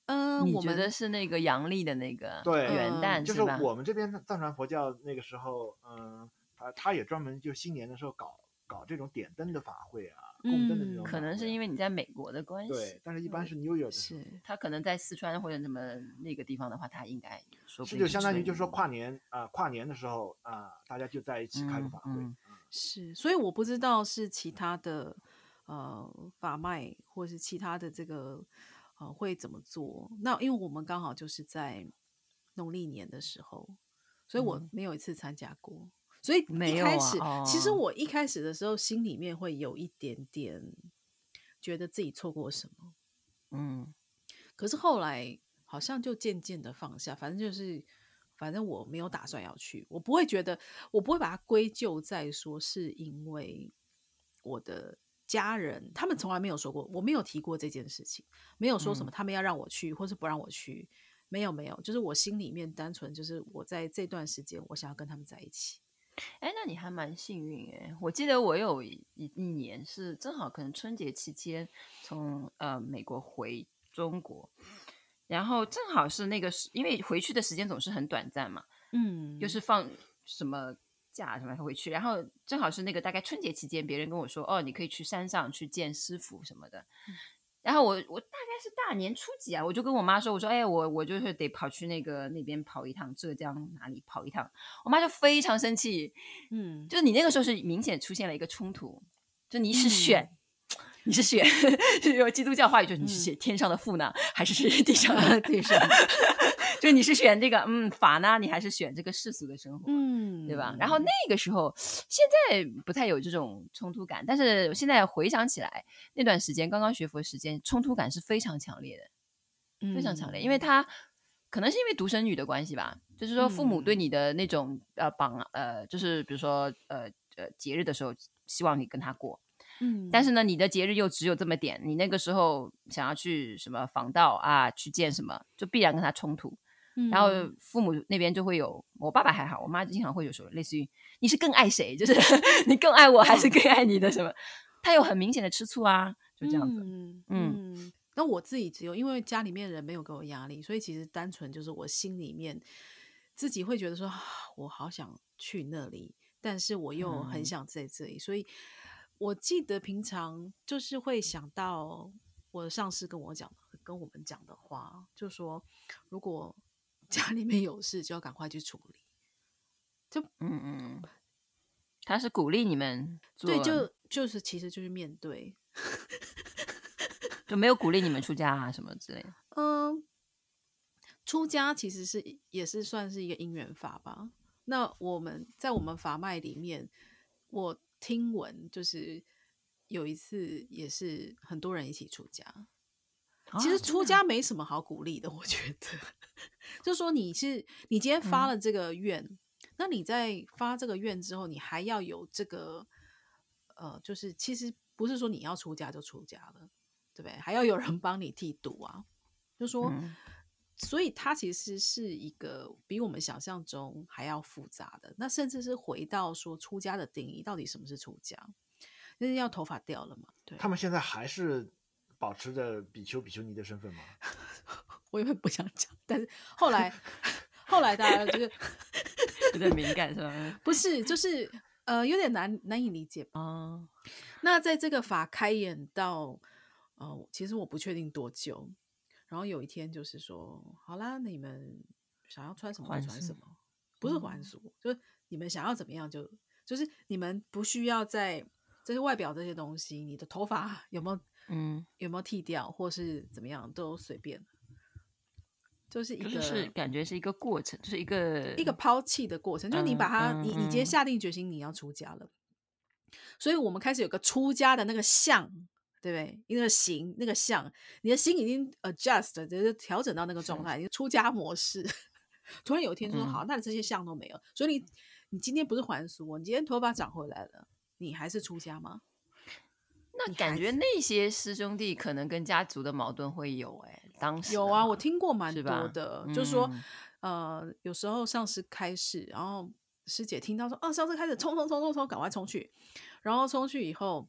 嗯， 你觉得我们是那个阳历的那个对元嗯就是旦吧？ 我们这边藏传佛教那个时候，嗯，他他也专门就新年的时候搞搞这种点灯的法会啊，供灯的这种嗯可能是法会啊。 因为你在美国的关对系，， 但是一般是 New Year 的时候， 是他可能在四川或者什么那个地方的话，他应该说不是定就相当于春就是说跨年啊、跨年的时候啊、大家就在一起开个嗯法会。 嗯是，所以我不知道是其他的呃法脉，或是其他的这个呃会怎么做。那因为我们刚好就是在农历年的时候，所以我嗯， 没有一次参加过。所以一没有啊， 开始，其实哦， 我一开始的时候心里面会有一点点觉得自己错过什么， 嗯可是后来好像就渐渐的放下，反正就是，反正我没有打算要去，我不会觉得，我不会把它归咎在说是因为我的家人，他们从来没有说过，我没有提过这件事情，没有说什么嗯， 他们要让我去，或是不让我去，没有没有，就是我心里面单纯就是我在这段时间我想要跟他们在一起。 哎，那你还蛮幸运哎。我记得我有一一一年是正好可能春节期间从呃美国回中国，然后正好是那个时，因为回去的时间总是很短暂嘛，就嗯是放什么假什么回去，然后正好是那个大概春节期间，别人跟我说，哦，你可以去山上去见师傅什么的。然后我我大概是大年初几啊，我就跟我妈说，我说，哎，我我就是得跑去那个那边跑一趟，浙江哪里跑一趟。我妈就非常生气， 嗯就是你那个时候是明显出现了一个冲突，就你是选。 嗯你是选有基督教话语，就是你是嗯选天上的父呢，还是是地上的？ 地上就你是选这个嗯法呢，你还是选这个世俗的生活？ 嗯对吧？然后那个时候，现在不太有这种冲突感，但是现在回想起来，那段时间刚刚学佛时间，冲突感是非常强烈的，非常强烈，因为嗯他可能是因为独生女的关系吧，就是说父母对嗯你的那种呃绑呃，就是比如说呃呃节日的时候，希望你跟他过。 嗯但是呢，你的节日又只有这么点，你那个时候想要去什么访道啊，去见什么，就必然跟他冲突。然后嗯父母那边就会有，我爸爸还好，我妈经常会有说，类似于你是更爱谁，就是你更爱我还是更爱你的什么，他有很明显的吃醋啊，就这样子。 嗯嗯嗯，那我自己只有因为家里面人没有给我压力，所以其实单纯就是我心里面自己会觉得说，啊我好想去那里，但是我又很嗯想在这里，所以我记得平常就是会想到我的上司跟我讲的，跟我们讲的话，就说如果家里面有事，就要赶快去处理。 嗯嗯，他是鼓励你们对， 做， 就就是其实就是面对， 就没有鼓励你们出家啊什么之类的。 嗯，出家其实是也是算是一个因缘法吧。那我们在我们法脉里面，我听闻就是有一次也是很多人一起出家。其啊， 实出真的啊家没什么好鼓励的，我觉得，就说你是你今天发嗯了这个愿，那你在发这个愿之后，你还要有这个，呃，就是其实不是说你要出家就出家了，对不对？还要有人帮你剃度啊，就说， 嗯所以它其实是一个比我们想象中还要复杂的。那甚至是回到说出家的定义，到底什么是出家？就是要头发掉了嘛？对， 他们现在还是保持着比丘比丘尼的身份吗？ 我原本不想讲，但是后来后来大家就是有点敏感是吧？ 不是就是呃有点难难以理解。 啊， 那在这个法开演到呃，其实我不确定多久。然后有一天就是说，好啦，那你们想要穿什么就还俗穿什么，不是还嗯俗，就是你们想要怎么样就就是你们不需要在这些外表这些东西，你的头发有没有嗯， 有没有剃掉，或是怎么样都随便，就是一个就是是感觉是一个过程，就是一个一个抛弃的过程，就是你把嗯它， 嗯你你今天嗯下定决心你要出家了，所以我们开始有个出家的那个相，对不对？那个形，那个相，你的心已经 adjust，就是调整到那个状态，你出家模式。突然有一天说， 嗯好，那你这些相都没有，所以你你今天不是还俗哦，你今天头发长回来了，你还是出家吗？ 那你还感觉那些师兄弟可能跟家族的矛盾会有哎、当时有啊，我的话听过蛮是吧多的，就是说， 嗯呃，有时候上师开示，然后师姐听到说，哦，上师开始冲冲冲冲冲，赶快冲去，然后冲去以后，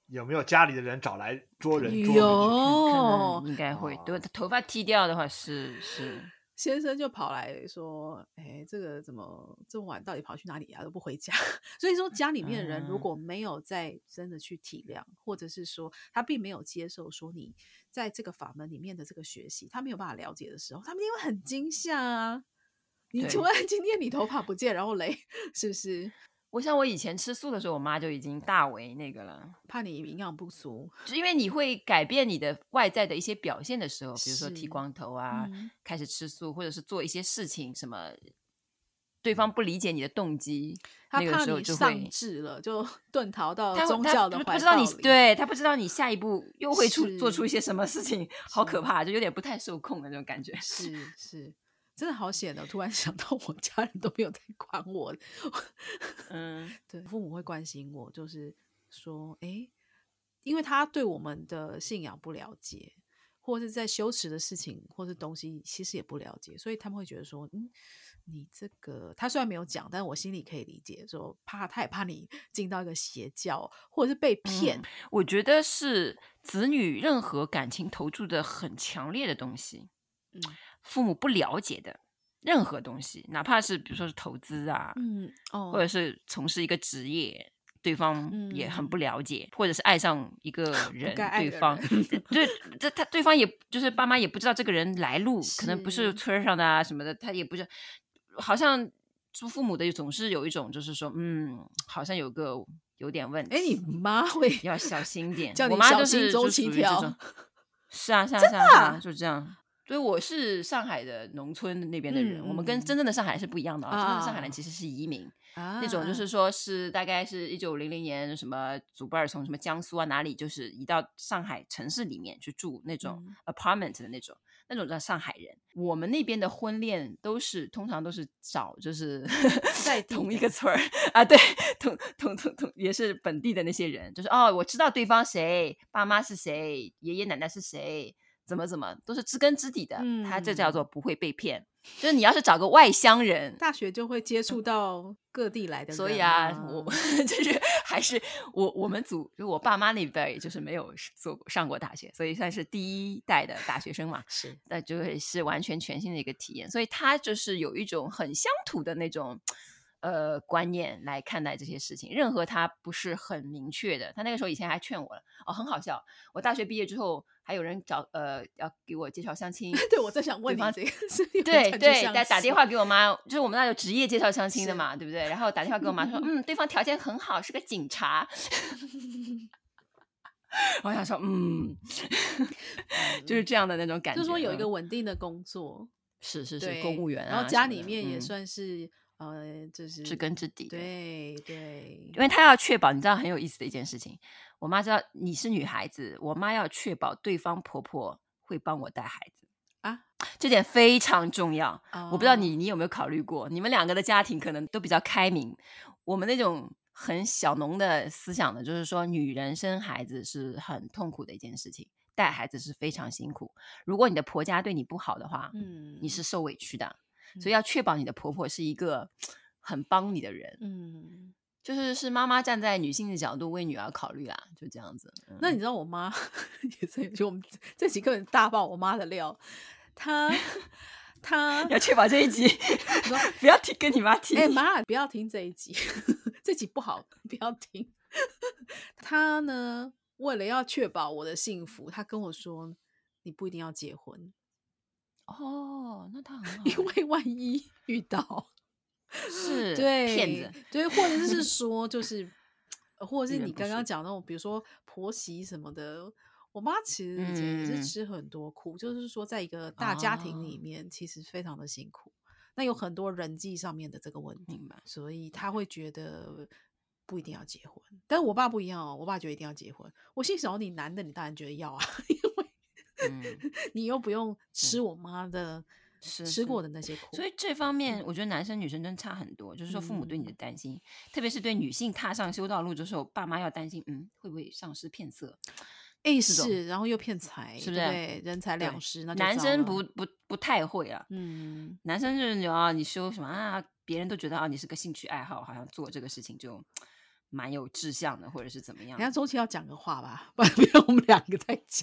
有没有家里的人找来捉人捉回去？ 可有能应该会， 哦对，头发剃掉的话是是， 先生就跑来说：“哎，这个怎么这么晚到底跑去哪里啊？都不回家。”所以说，家里面的人如嗯， 果没有在真的去体谅，或者是说他并没有接受说你在这个法门里面的这个学习，他没有办法了解的时候，他们一定会很惊吓啊！你突对。 然今天你头发不见，然后嘞，是不是我想我以前吃素的时候，我妈就已经大为那个了， 怕你营养不足？ 就因为你会改变你的外在的一些表现的时候，比如说剃是， 光头啊， 嗯， 开始吃素，或者是做一些事情，什么对方不理解你的动机， 他怕那个时候你丧就会， 志了，就遁逃到他会他宗教的怀不不知道你抱里。 对他不知道你下一步又会出做出是一些什么事情，好可是怕，就有点不太受控的那种感觉。 是是，真的好险的！突然想到，我家人都没有在管我。 嗯， 对，父母会关心我，就是说，哎，因为他对我们的信仰不了解，或是在羞耻的事情或是东西，其实也不了解，所以他们会觉得说，嗯，你这个他虽然没有讲，但是我心里可以理解，说怕他也怕你进到一个邪教，或者是被骗。 嗯，我觉得是子女任何感情投注的很强烈的东西， 嗯父母不了解的任何东西，哪怕是比如说是投资啊， 嗯或者哦是从事一个职业，对方也很不嗯， 了解，或者是爱上一个不人， 该爱的对方人对这他对方也就是爸妈也不知道这个人来路，可能不是是村儿上的啊什么的，他也不是，好像做父母的总是有一种就是说，嗯，好像有个有点问哎，你题， 妈会要小心点。 叫你我妈就小心周是就期条， 属于这种，是啊是啊是啊是啊，就这样。所以我是上海的农村那边的人，我们跟嗯嗯真正的上海是不一样的啊。真正的上海人啊其实是移民， 啊那种就啊是说是大概是一九零零年什么祖辈儿从什么江苏啊哪里，就是移到上海城市里面去住那种嗯 apartment 的那种，那种叫上海人。我们那边的婚恋都是通常都是找就是在地同一的个村儿啊，对，同同同同也是本地的那些人，就是哦，我知道对方谁，爸妈是谁，爷爷奶奶是谁。怎么怎么都是知根知底的，他这叫做嗯， 不会被骗。就是你要是找个外乡人， 大学就会接触到各地来的人所以啊，我嘛。 就是还是我我们组，就我爸妈那辈儿，也就是没有做过上过大学，所以算是第一代的大学生嘛。 是， 那就会是完全全新的一个体验，所以他就是有一种很乡土的那种呃观念来看待这些事情，任何他不是很明确的。他那个时候以前还劝我了，哦，很好笑。我大学毕业之后，还有人找呃要给我介绍相亲， 对我正想问对方你这个，是有人对对， 叫你去相打打电亲话给我妈，就是我们那有职业介绍相亲的是嘛，对不对？然后打电话给我妈说，嗯，对方条件很好，是个警察。我想说，嗯，就是嗯， 这样的那种感觉。 就是说有一嗯个稳定的工作， 是是是，公对， 务员然后家啊什么的， 里面也嗯， 算是呃，就是知根知底的。 对对， 因为她要确保，你知道很有意思的一件事情，我妈知道你是女孩子，我妈要确保对方婆婆会帮我带孩子。 啊这点非常重要。我不知道哦， 你你有没有考虑过，你们两个的家庭可能都比较开明，我们那种很小农的思想呢，就是说女人生孩子是很痛苦的一件事情，带孩子是非常辛苦。如果你的婆家对你不好的话，你是嗯受委屈的，所嗯以要确保你的婆婆是一个很帮你的人。 嗯， 就是是妈妈站在女性的角度为女儿考虑啦，就这样子。嗯， 那你知道我妈也是，就我们这几个人大爆我妈的料，她她要确保这一集说不要提跟你妈提。 哎妈，不要听这一集，这集不好，不要听。她呢，为了要确保我的幸福，她跟我说，你不一定要结婚， 哦，那他很好因欸， 为万一遇到。 是骗对子， 对，或者是说，就是，呃或者是你刚刚遇人不淑。 讲那种，比如说婆媳什么的。我妈其实以前也是嗯， 吃很多苦，就是说，在一个大家庭里哦， 面，其实非常的辛苦。那有很多人际上面的这个问题， 明白所以明白。 她会觉得不一定要结婚。但是我爸不一样哦，我爸觉得一定要结婚。我心想，你男的，你当然觉得要啊，因为嗯， 你又不用吃嗯， 我妈的是吃过是。 的那些苦。 所以这方面， 嗯我觉得男生女生真差很多。就是说，父母对你的嗯， 担心，特别是对女性踏上修道路之后，爸妈要担心，嗯，会不会丧失骗色， 哎， 这种是，然后又骗财， 是不是？ 对不对？人财两对， 失，那就男糟了。 生不不不太会啊。 嗯， 男生就是你啊，你修什么啊？别人都觉得啊，你是个兴趣爱好，好像做这个事情就蛮有志向的，或者是怎么样等一下周琦要讲个话吧，不然不然我们两个在讲。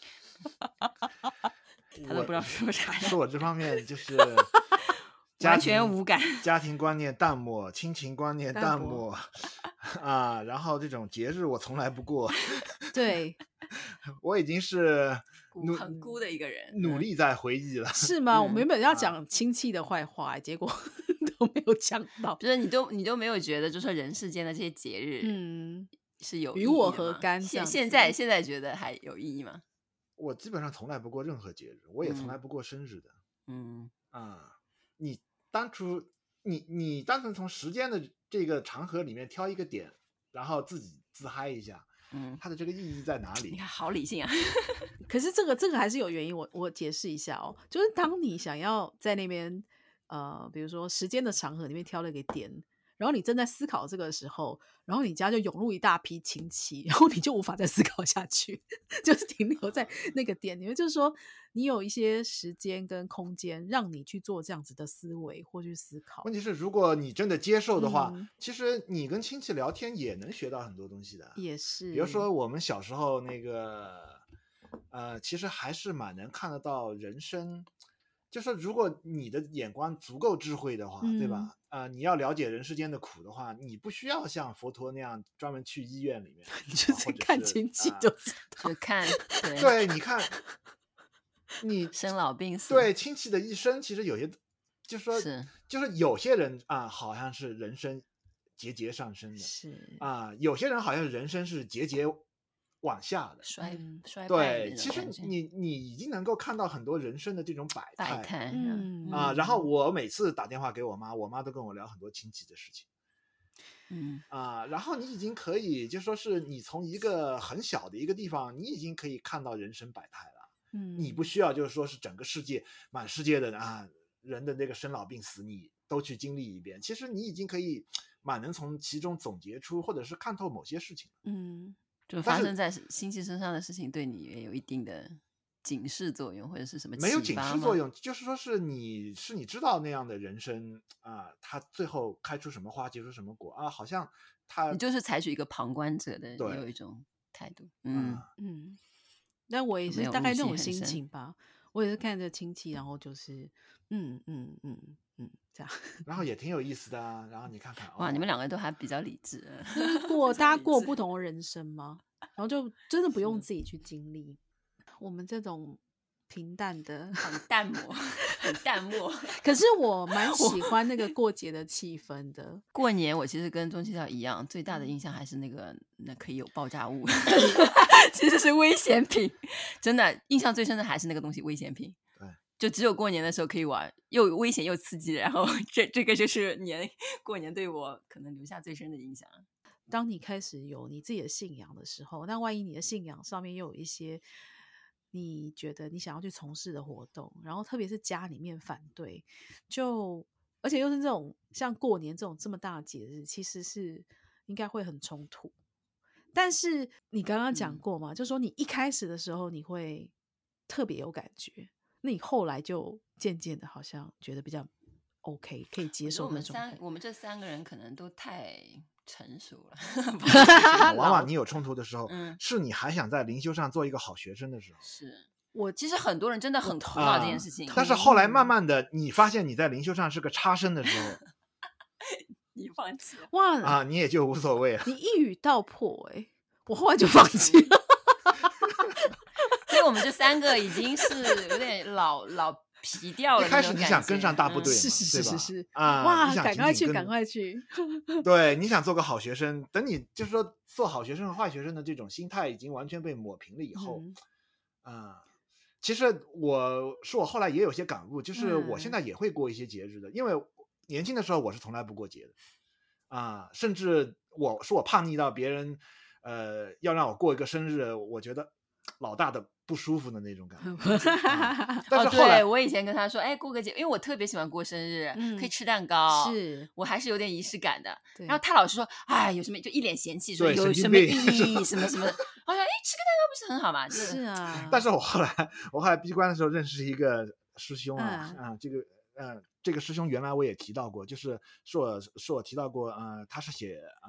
他都不知道说啥了， 是我这方面就是完全无感， 家庭观念淡漠，亲情观念淡漠啊，然后这种节日我从来不过。 对， 我已经是孤很孤的一个人， 努力在回忆了。 是吗？ 嗯我们原本要讲亲戚的坏话，结果都没有讲到。 就是你都你都没有觉得，就是人世间的这些节日， 嗯， 是有与我何干？ 现现在现在觉得还有意义吗？ 我基本上从来不过任何节日，我也从来不过生日的。 嗯啊，你当初你你单纯从时间的这个长河里面挑一个点，然后自己自嗨一下， 嗯， 它的这个意义在哪里？ 你看，好理性啊！ 可是这个这个还是有原因，我我解释一下哦，就是当你想要在那边呃，比如说时间的长河里面挑了一个点，然后你正在思考这个时候，然后你家就涌入一大批亲戚，然后你就无法再思考下去，就是停留在那个点里面。就是说，你有一些时间跟空间让你去做这样子的思维或去思考。 问题是，如果你真的接受的话， 嗯其实你跟亲戚聊天也能学到很多东西的。 也是， 比如说我们小时候那个，呃，其实还是蛮能看得到人生。就是如果你的眼光足够智慧的话， 嗯对吧？呃，你要了解人世间的苦的话，你不需要像佛陀那样专门去医院里面， 就是看亲戚就知道， 就看对对，你看，你生老病死， 对亲戚的一生，其实有些，就是说， 是就是有些人啊，好像是人生节节上升的， 是啊，有些人好像是人生是节节往下的。 衰嗯衰败的对， 那其实种感觉你你已经能够看到很多人生的这种百态百态， 嗯啊。然后我每次打电话给我妈，我妈都跟我聊很多亲戚的事情。 嗯啊，然后你已经可以，就说是你从一个很小的一个地方，你已经可以看到人生百态了。 嗯， 你不需要就是说是整个世界满世界的啊人的那个生老病死，你都去经历一遍。其实你已经可以蛮能从其中总结出，或者是看透某些事情。 嗯。 就发生在亲戚身上的事情，对你也有一定的警示作用，或者是什么没有警启发吗示作用，就是说是你是你知道那样的人生啊，他最后开出什么花，结出什么果啊，好像他你就是采取一个旁观者的对有一种态度，嗯啊嗯，但我也是没有大概入戏那种心很深情吧。我也是看着亲戚，然后就是嗯嗯嗯嗯这样。 然后也挺有意思的啊。然后你看看， 哇， 哦你们两个都还比较理智， 过大家过理智不同的人生吗？然后就真的不用是自己去经历。我们这种平淡的， 很淡漠，很淡漠。 可是我蛮喜欢那个过节的气氛的。 过年我其实跟钟七条一样，最大的印象还是那个那可以有爆炸物，其实是危险品。真的印象最深的还是那个东西，危险品。 对， 就只有过年的时候可以玩，又危险又刺激。然后这这个就是年过年对我可能留下最深的印象。 当你开始有你自己的信仰的时候，那万一你的信仰上面又有一些你觉得你想要去从事的活动，然后特别是家里面反对，就而且又是这种像过年这种这么大的节日，其实是应该会很冲突。但是你刚刚讲过嘛，嗯、就说你一开始的时候你会特别有感觉，那你后来就渐渐的好像觉得比较 OK， 可以接受那种。 我们三，我们这三个人可能都太成熟了。 往往你有冲突的时候， 嗯、 是你还想在灵修上做一个好学生的时候。 是我其实很多人真的很苦恼这件事情、 啊，但是后来慢慢的，你发现你在灵修上是个差生的时候， 你放弃了哇啊，你也就无所谓了。 你一语道破哎、欸，我后来就放弃了。 所以我们这三个已经是有点老老皮掉了。 一开始你想跟上大部队嘛， 是是是是是啊， 哇，赶快去，赶快去。 对，你想做个好学生，等你就是说做好学生和坏学生的这种心态已经完全被抹平了以后，嗯、啊。其实我是我后来也有些感悟，就是我现在也会过一些节日的，嗯、因为年轻的时候我是从来不过节的，啊，甚至我是我叛逆到别人，呃，要让我过一个生日，我觉得老大的不舒服的那种感觉。啊、但是后来、 哦、对我以前跟他说，哎，过个节，因为我特别喜欢过生日，嗯、可以吃蛋糕， 是我还是有点仪式感的。然后他老是说，哎，有什么就一脸嫌弃，说有什么意义什么什么的。我说，哎，吃个蛋糕不是很好吗？ 是啊。 但是我后来，我后来闭关的时候认识一个师兄啊， 嗯、 啊，这个，呃，这个师兄原来我也提到过，就是是我是我提到过，呃，他是写啊、呃、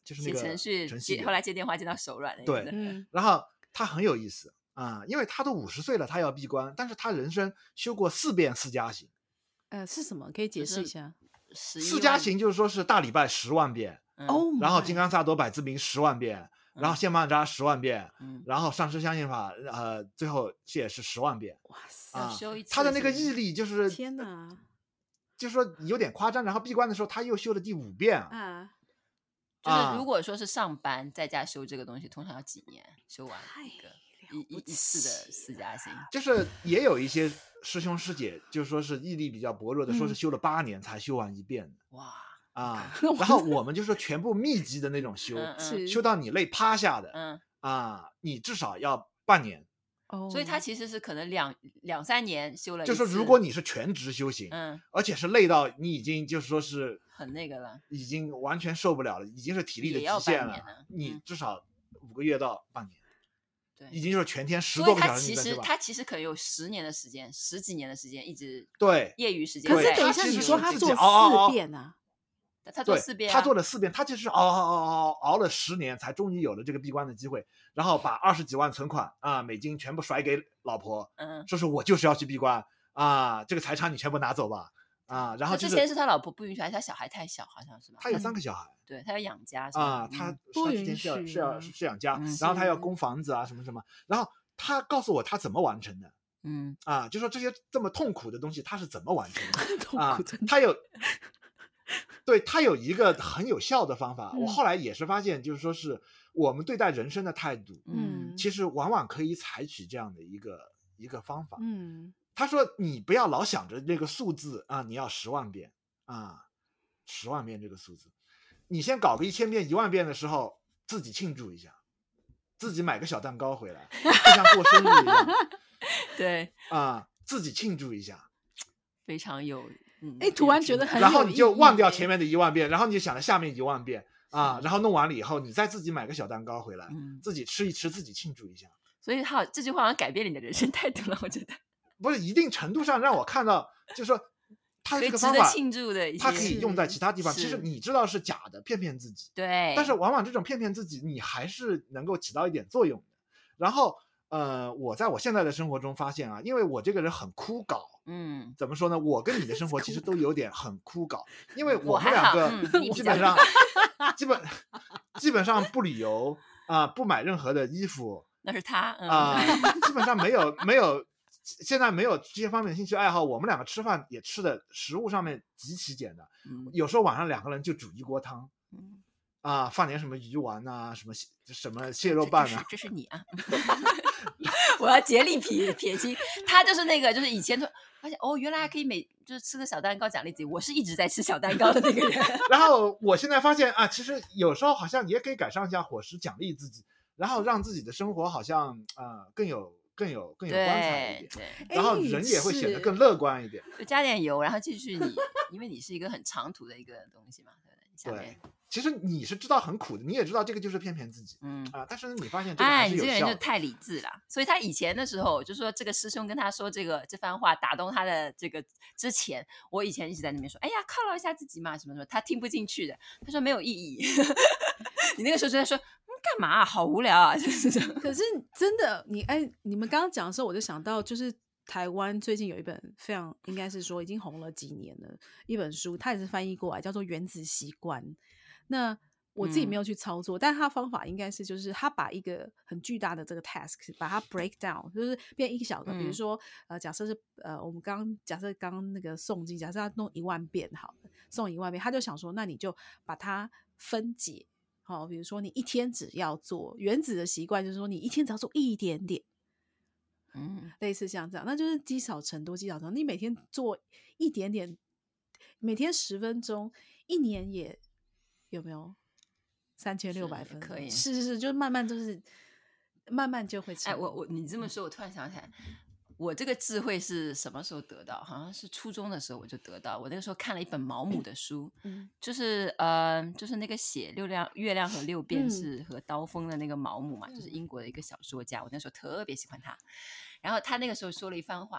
就是那个写程序程序员接后来接电话接到手软的。 对， 嗯然后他很有意思啊，因为他都五十岁了，他要闭关，但是他人生修过四遍四加行。 呃，是什么？可以解释一下。 四加行就是说是大礼拜十万遍， 嗯哦， 然后金刚萨埵百字明十万遍， 嗯然后谢曼扎十万遍， 嗯然后上师相应法，呃，最后也是十万遍哇塞， 要啊修一次。 他的那个是不是毅力就是天哪就是说有点夸张。然后闭关的时候他又修了第五遍啊， 啊！ 就是如果说是上班在家修这个东西，通常要几年修完太一个了不一一一次的起四加行？ 就是也有一些师兄师姐，就是说是毅力比较薄弱的，说是嗯修了八年才修完一遍的哇， 啊。 我然后我们就说全部密集的那种修， 嗯嗯是修到你累趴下的嗯， 啊，你至少要半年。 哦， 所以他其实是可能两两三年修了一就次， 是如果你是全职修行， 嗯而且是累到你已经就是说是很那个了， 已经完全受不了了，已经是体力的也要极限了半年呢， 你嗯至少五个月到半年， 对， 已经就是全天十所以多个他其实小时你在修吧？ 他其实可能有十年的时间，十几年的时间一直对业余时间可是在等一下， 他其实你说他做是自己熬熬熬四遍啊？ 他做对， 四遍啊， 他做了四遍，他其实是熬熬熬熬熬了十年，才终于有了这个闭关的机会，然后把二十几万存款啊美金全部甩给老婆， 嗯， 说是我就是要去闭关啊，这个财产你全部拿走吧啊，然后就是他之前是他老婆不允许，还是他小孩太小，好像是吧？ 他有三个小孩。 对他要养家是吧啊，他嗯不允他之前是要许是要啊是养家， 嗯然后他要是供房子啊什么什么，然后他告诉我他怎么完成的嗯啊，就说这些这么痛苦的东西他是怎么完成的痛啊苦真，的他有，对他有一个很有效的方法，我嗯后来也是发现，就是说是我们对待人生的态度， 嗯嗯其实往往可以采取这样的一个一个方法。 嗯他说你不要老想着那个数字啊，你要十万遍啊，十万遍这个数字，你先搞个一千遍、一万遍的时候，自己庆祝一下，自己买个小蛋糕回来，就像过生日一样对， 啊，自己庆祝一下， 非常有嗯， 哎，突然觉得很然后你就有意义耶忘掉前面的一万遍，然后你就想着下面一万遍啊， 是然后弄完了以后，你再自己买个小蛋糕回来， 嗯， 自己吃一吃，自己庆祝一下。 所以他这句话好像改变了你的人生态度了，我觉得不是一定程度上让我看到，就是说他可以值得这个方法， 庆祝的一些， 它可以用在其他地方。 是其实你知道是假的，骗骗自己。 对， 但是往往这种骗骗自己，你还是能够起到一点作用的。然后，呃，我在我现在的生活中发现啊，因为我这个人很枯槁， 嗯， 怎么说呢？我跟你的生活其实都有点很枯槁，因为们我还好两个嗯你比较基本上、基本基本上不旅游啊、不买任何的衣服那是他啊、 嗯基本上没有没有。现在没有这些方面的兴趣爱好，我们两个吃饭也吃的食物上面极其简单， 嗯有时候晚上两个人就煮一锅汤， 嗯， 啊，放点什么鱼丸呐、什么蟹什么蟹肉拌啊， 这是你啊！我要竭力撇撇清，他就是那个，就是以前就发现哦，原来还可以每就是吃个小蛋糕奖励自己。我是一直在吃小蛋糕的那个人。 然后我现在发现啊，其实有时候好像也可以改善一下伙食，奖励自己，然后让自己的生活好像啊、呃、更有更有更有光彩一对点， 对， 然后哎人也会显得是更乐观一点。 就加点油，然后继续你，因为你是一个很长途的一个东西嘛，对不对？你下面对，其实你是知道很苦的，你也知道这个就是骗骗自己嗯。 啊，但是你发现这个还哎，你这个人是有效的。 就太理智了，所以他以前的时候就说这个师兄跟他说这个这番话打动他的这个之前，我以前一直在那边说，哎呀，犒劳一下自己嘛，什么什么，他听不进去的，他说没有意义。你那个时候就在说，嗯，干嘛啊？好无聊啊，就是这样。 可是真的，你哎，你们刚刚讲的时候，我就想到，就是台湾最近有一本非常应该是说已经红了几年的一本书，它也是翻译过来，叫做《原子习惯》。那我自己没有去操作，嗯、但是他方法应该是就是他把一个很巨大的这个 task 把它 break down， 就是变一个小个，嗯、比如说呃，假设是呃，我们刚刚假设刚刚那个诵经，假设要弄一万遍好了，诵一万遍，他就想说，那你就把它分解。好，比如说你一天只要做原子的习惯，就是说你一天只要做一点点， 嗯， 类似像这样，那就是积少成多，积少成多。你每天做一点点，每天十分钟，一年也有没有三千六百分？ 可以， 是是是，就慢慢就是慢慢就会成。 哎，我我你这么说，我突然想起来。我这个智慧是什么时候得到？好像是初中的时候我就得到。我那个时候看了一本毛姆的书， 嗯、 就是呃，就是那个写《六亮月亮和六便士》和刀锋的那个毛姆嘛， 嗯、 就是英国的一个小说家。我那时候特别喜欢他。然后他那个时候说了一番话，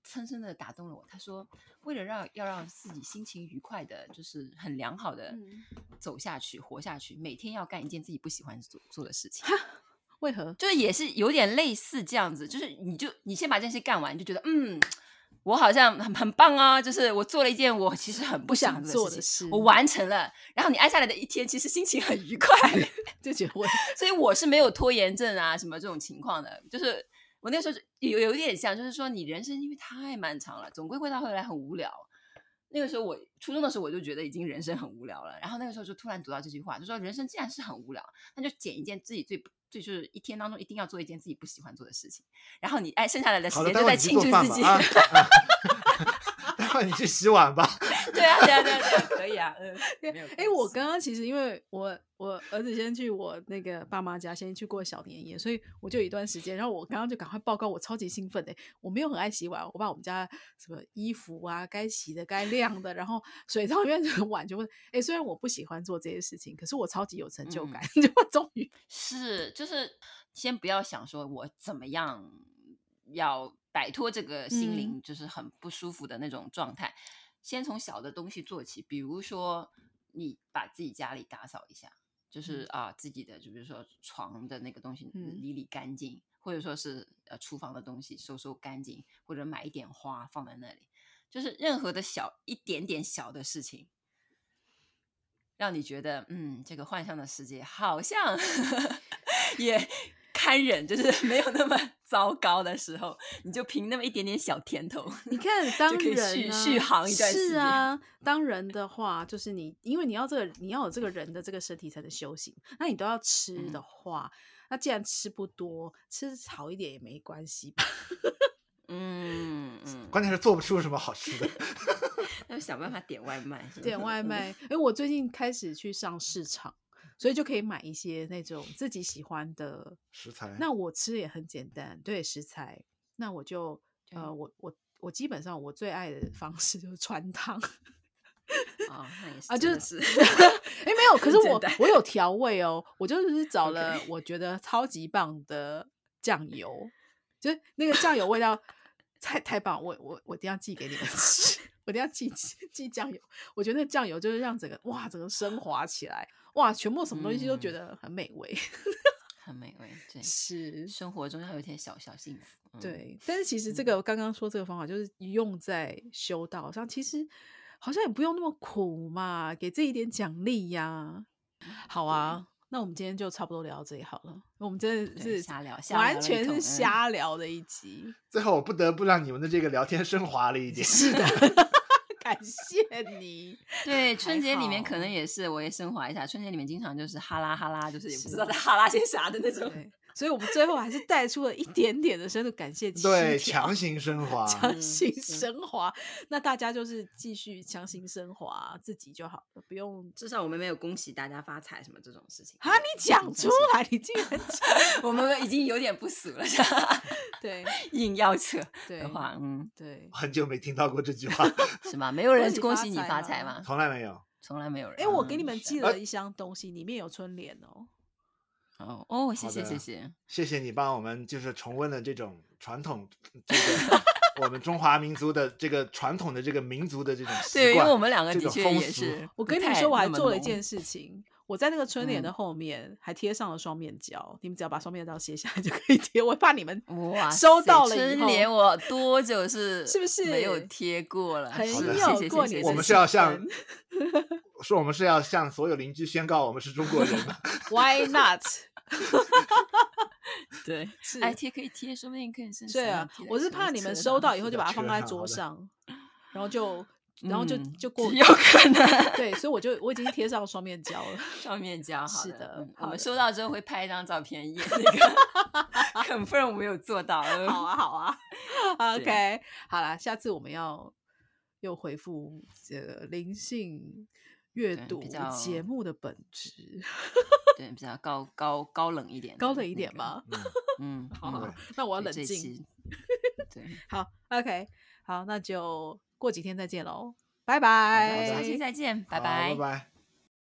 深深的打动了我。他说，为了让要让自己心情愉快的，就是很良好的嗯走下去、活下去，每天要干一件自己不喜欢做做的事情。 为何？ 就是也是有点类似这样子，就是你就你先把这件事干完，你就觉得嗯，我好像很很棒啊，就是我做了一件我其实很不想做的事情，我完成了，然后你挨下来的一天，其实心情很愉快， 就结婚。 所以我是没有拖延症啊什么这种情况的，就是我那时候有有一点像，就是说你人生因为太漫长了，总归会到后来很无聊。那个时候我初中的时候我就觉得已经人生很无聊了，然后那个时候就突然读到这句话，就说人生既然是很无聊，那就捡一件自己最最就是一天当中一定要做一件自己不喜欢做的事情，然后你哎剩下来的时间就在庆祝自己。 啊啊、待会你去洗碗吧。 对啊对啊对啊对啊，可以啊。嗯， 哎、欸，我刚刚其实因为我我儿子先去我那个爸妈家，先去过小年夜，所以我就有一段时间，然后我刚刚就赶快报告，我超级兴奋的、欸。我没有很爱洗碗，我把我们家什么衣服啊，该洗的、该晾的，然后水槽里面的碗全部。哎、欸，虽然我不喜欢做这些事情，可是我超级有成就感，嗯、就终于是就是先不要想说我怎么样要摆脱这个心灵就是很不舒服的那种状态。嗯，先从小的东西做起，比如说你把自己家里打扫一下，就是啊、呃、自己的就比如说床的那个东西理理干净，嗯、或者说是呃厨房的东西收收干净，或者买一点花放在那里，就是任何的小一点点小的事情，让你觉得嗯这个幻象的世界好像也堪忍，就是没有那么糟糕的时候，你就凭那么一点点小甜头， 你看当人、啊、 续续航一段时间。 是啊，当人的话，就是你，因为你要这个，你要有这个人的这个身体才能修行。那你都要吃的话，嗯、那既然吃不多，吃好一点也没关系吧？ 嗯嗯， 关键是做不出什么好吃的。 那就想办法点外卖。 点外卖，因为我最近开始去上市场。所以就可以买一些那种自己喜欢的食材。 那我吃也很简单，对食材。那我就呃，我我我基本上我最爱的方式就是川汤。 哦，那也是啊， 就是哎、欸，没有，可是我我有调味哦，我就是找了我觉得超级棒的酱油，就是那个酱油味道太太棒，我我我一定要寄给你们吃。我一定要寄寄酱油，我觉得那酱油就是让整个哇整个升华起来，哇全部什么东西都觉得很美味，嗯、 很美味。对， 是生活中要有一点小小幸福。嗯、 对，但是其实这个刚刚说这个方法就是用在修道上，其实好像也不用那么苦嘛，给自己一点奖励呀。好啊。那我们今天就差不多聊到这里好了。我们真的是瞎聊， 完全是瞎聊的一集。 最后我不得不让你们的这个聊天升华了一点。 是的，感谢你。 对，春节里面可能也是，我也升华一下。春节里面经常就是哈拉哈拉，就是也不知道在哈拉些啥的那种。 所以我们最后还是带出了一点点的深度，感谢对，强行升华， 强行升华。嗯、那大家就是继续强行升华自己就好了，不用。 至少我们没有恭喜大家发财什么这种事情。 啊，你讲出来，你竟然讲， 我们已经有点不俗了。 对， 硬要扯的话，嗯， 对， 很久没听到过这句话， 是吗？没有人恭喜你发财吗？ 从来没有， 从来没有人。 哎、欸，我给你们寄了一箱东西，里面有春联哦。 哦哦，谢谢谢谢谢谢你帮我们就是重温了这种传统这个我们中华民族的这个传统的这个民族的这种习惯。 对，因为我们两个的确也是。 我跟你们说，我还做了一件事情，我在那个春联的后面还贴上了双面胶，嗯、你们只要把双面胶卸下来就可以贴。我怕你们收到了以后， 春联我多久是是不是没有贴过了？ 很有过年。 我们是要向说我们是要向所有邻居宣告我们是中国人吗 ？Why not？ 对，哎，贴可以贴，说不定可以伸手。 对啊，我是怕你们收到以后就把它放在桌上，然后就，然后就就过， 有可能。 对，所以我就我已经贴上双面胶了。 双面胶，好的，是的。 我们收到之后会拍一张照片，也那个 confirm 我们有做到。 好啊，好啊 ，OK， 好啦，下次我们要又回复这个灵性阅读节目的本质。 对，比较高高高冷一点， 高冷一点吧。 嗯， 好好，那我要冷静。 对， 好 ，OK， 好，那就过几天再见喽，拜拜， 下期再见，拜拜， 拜拜。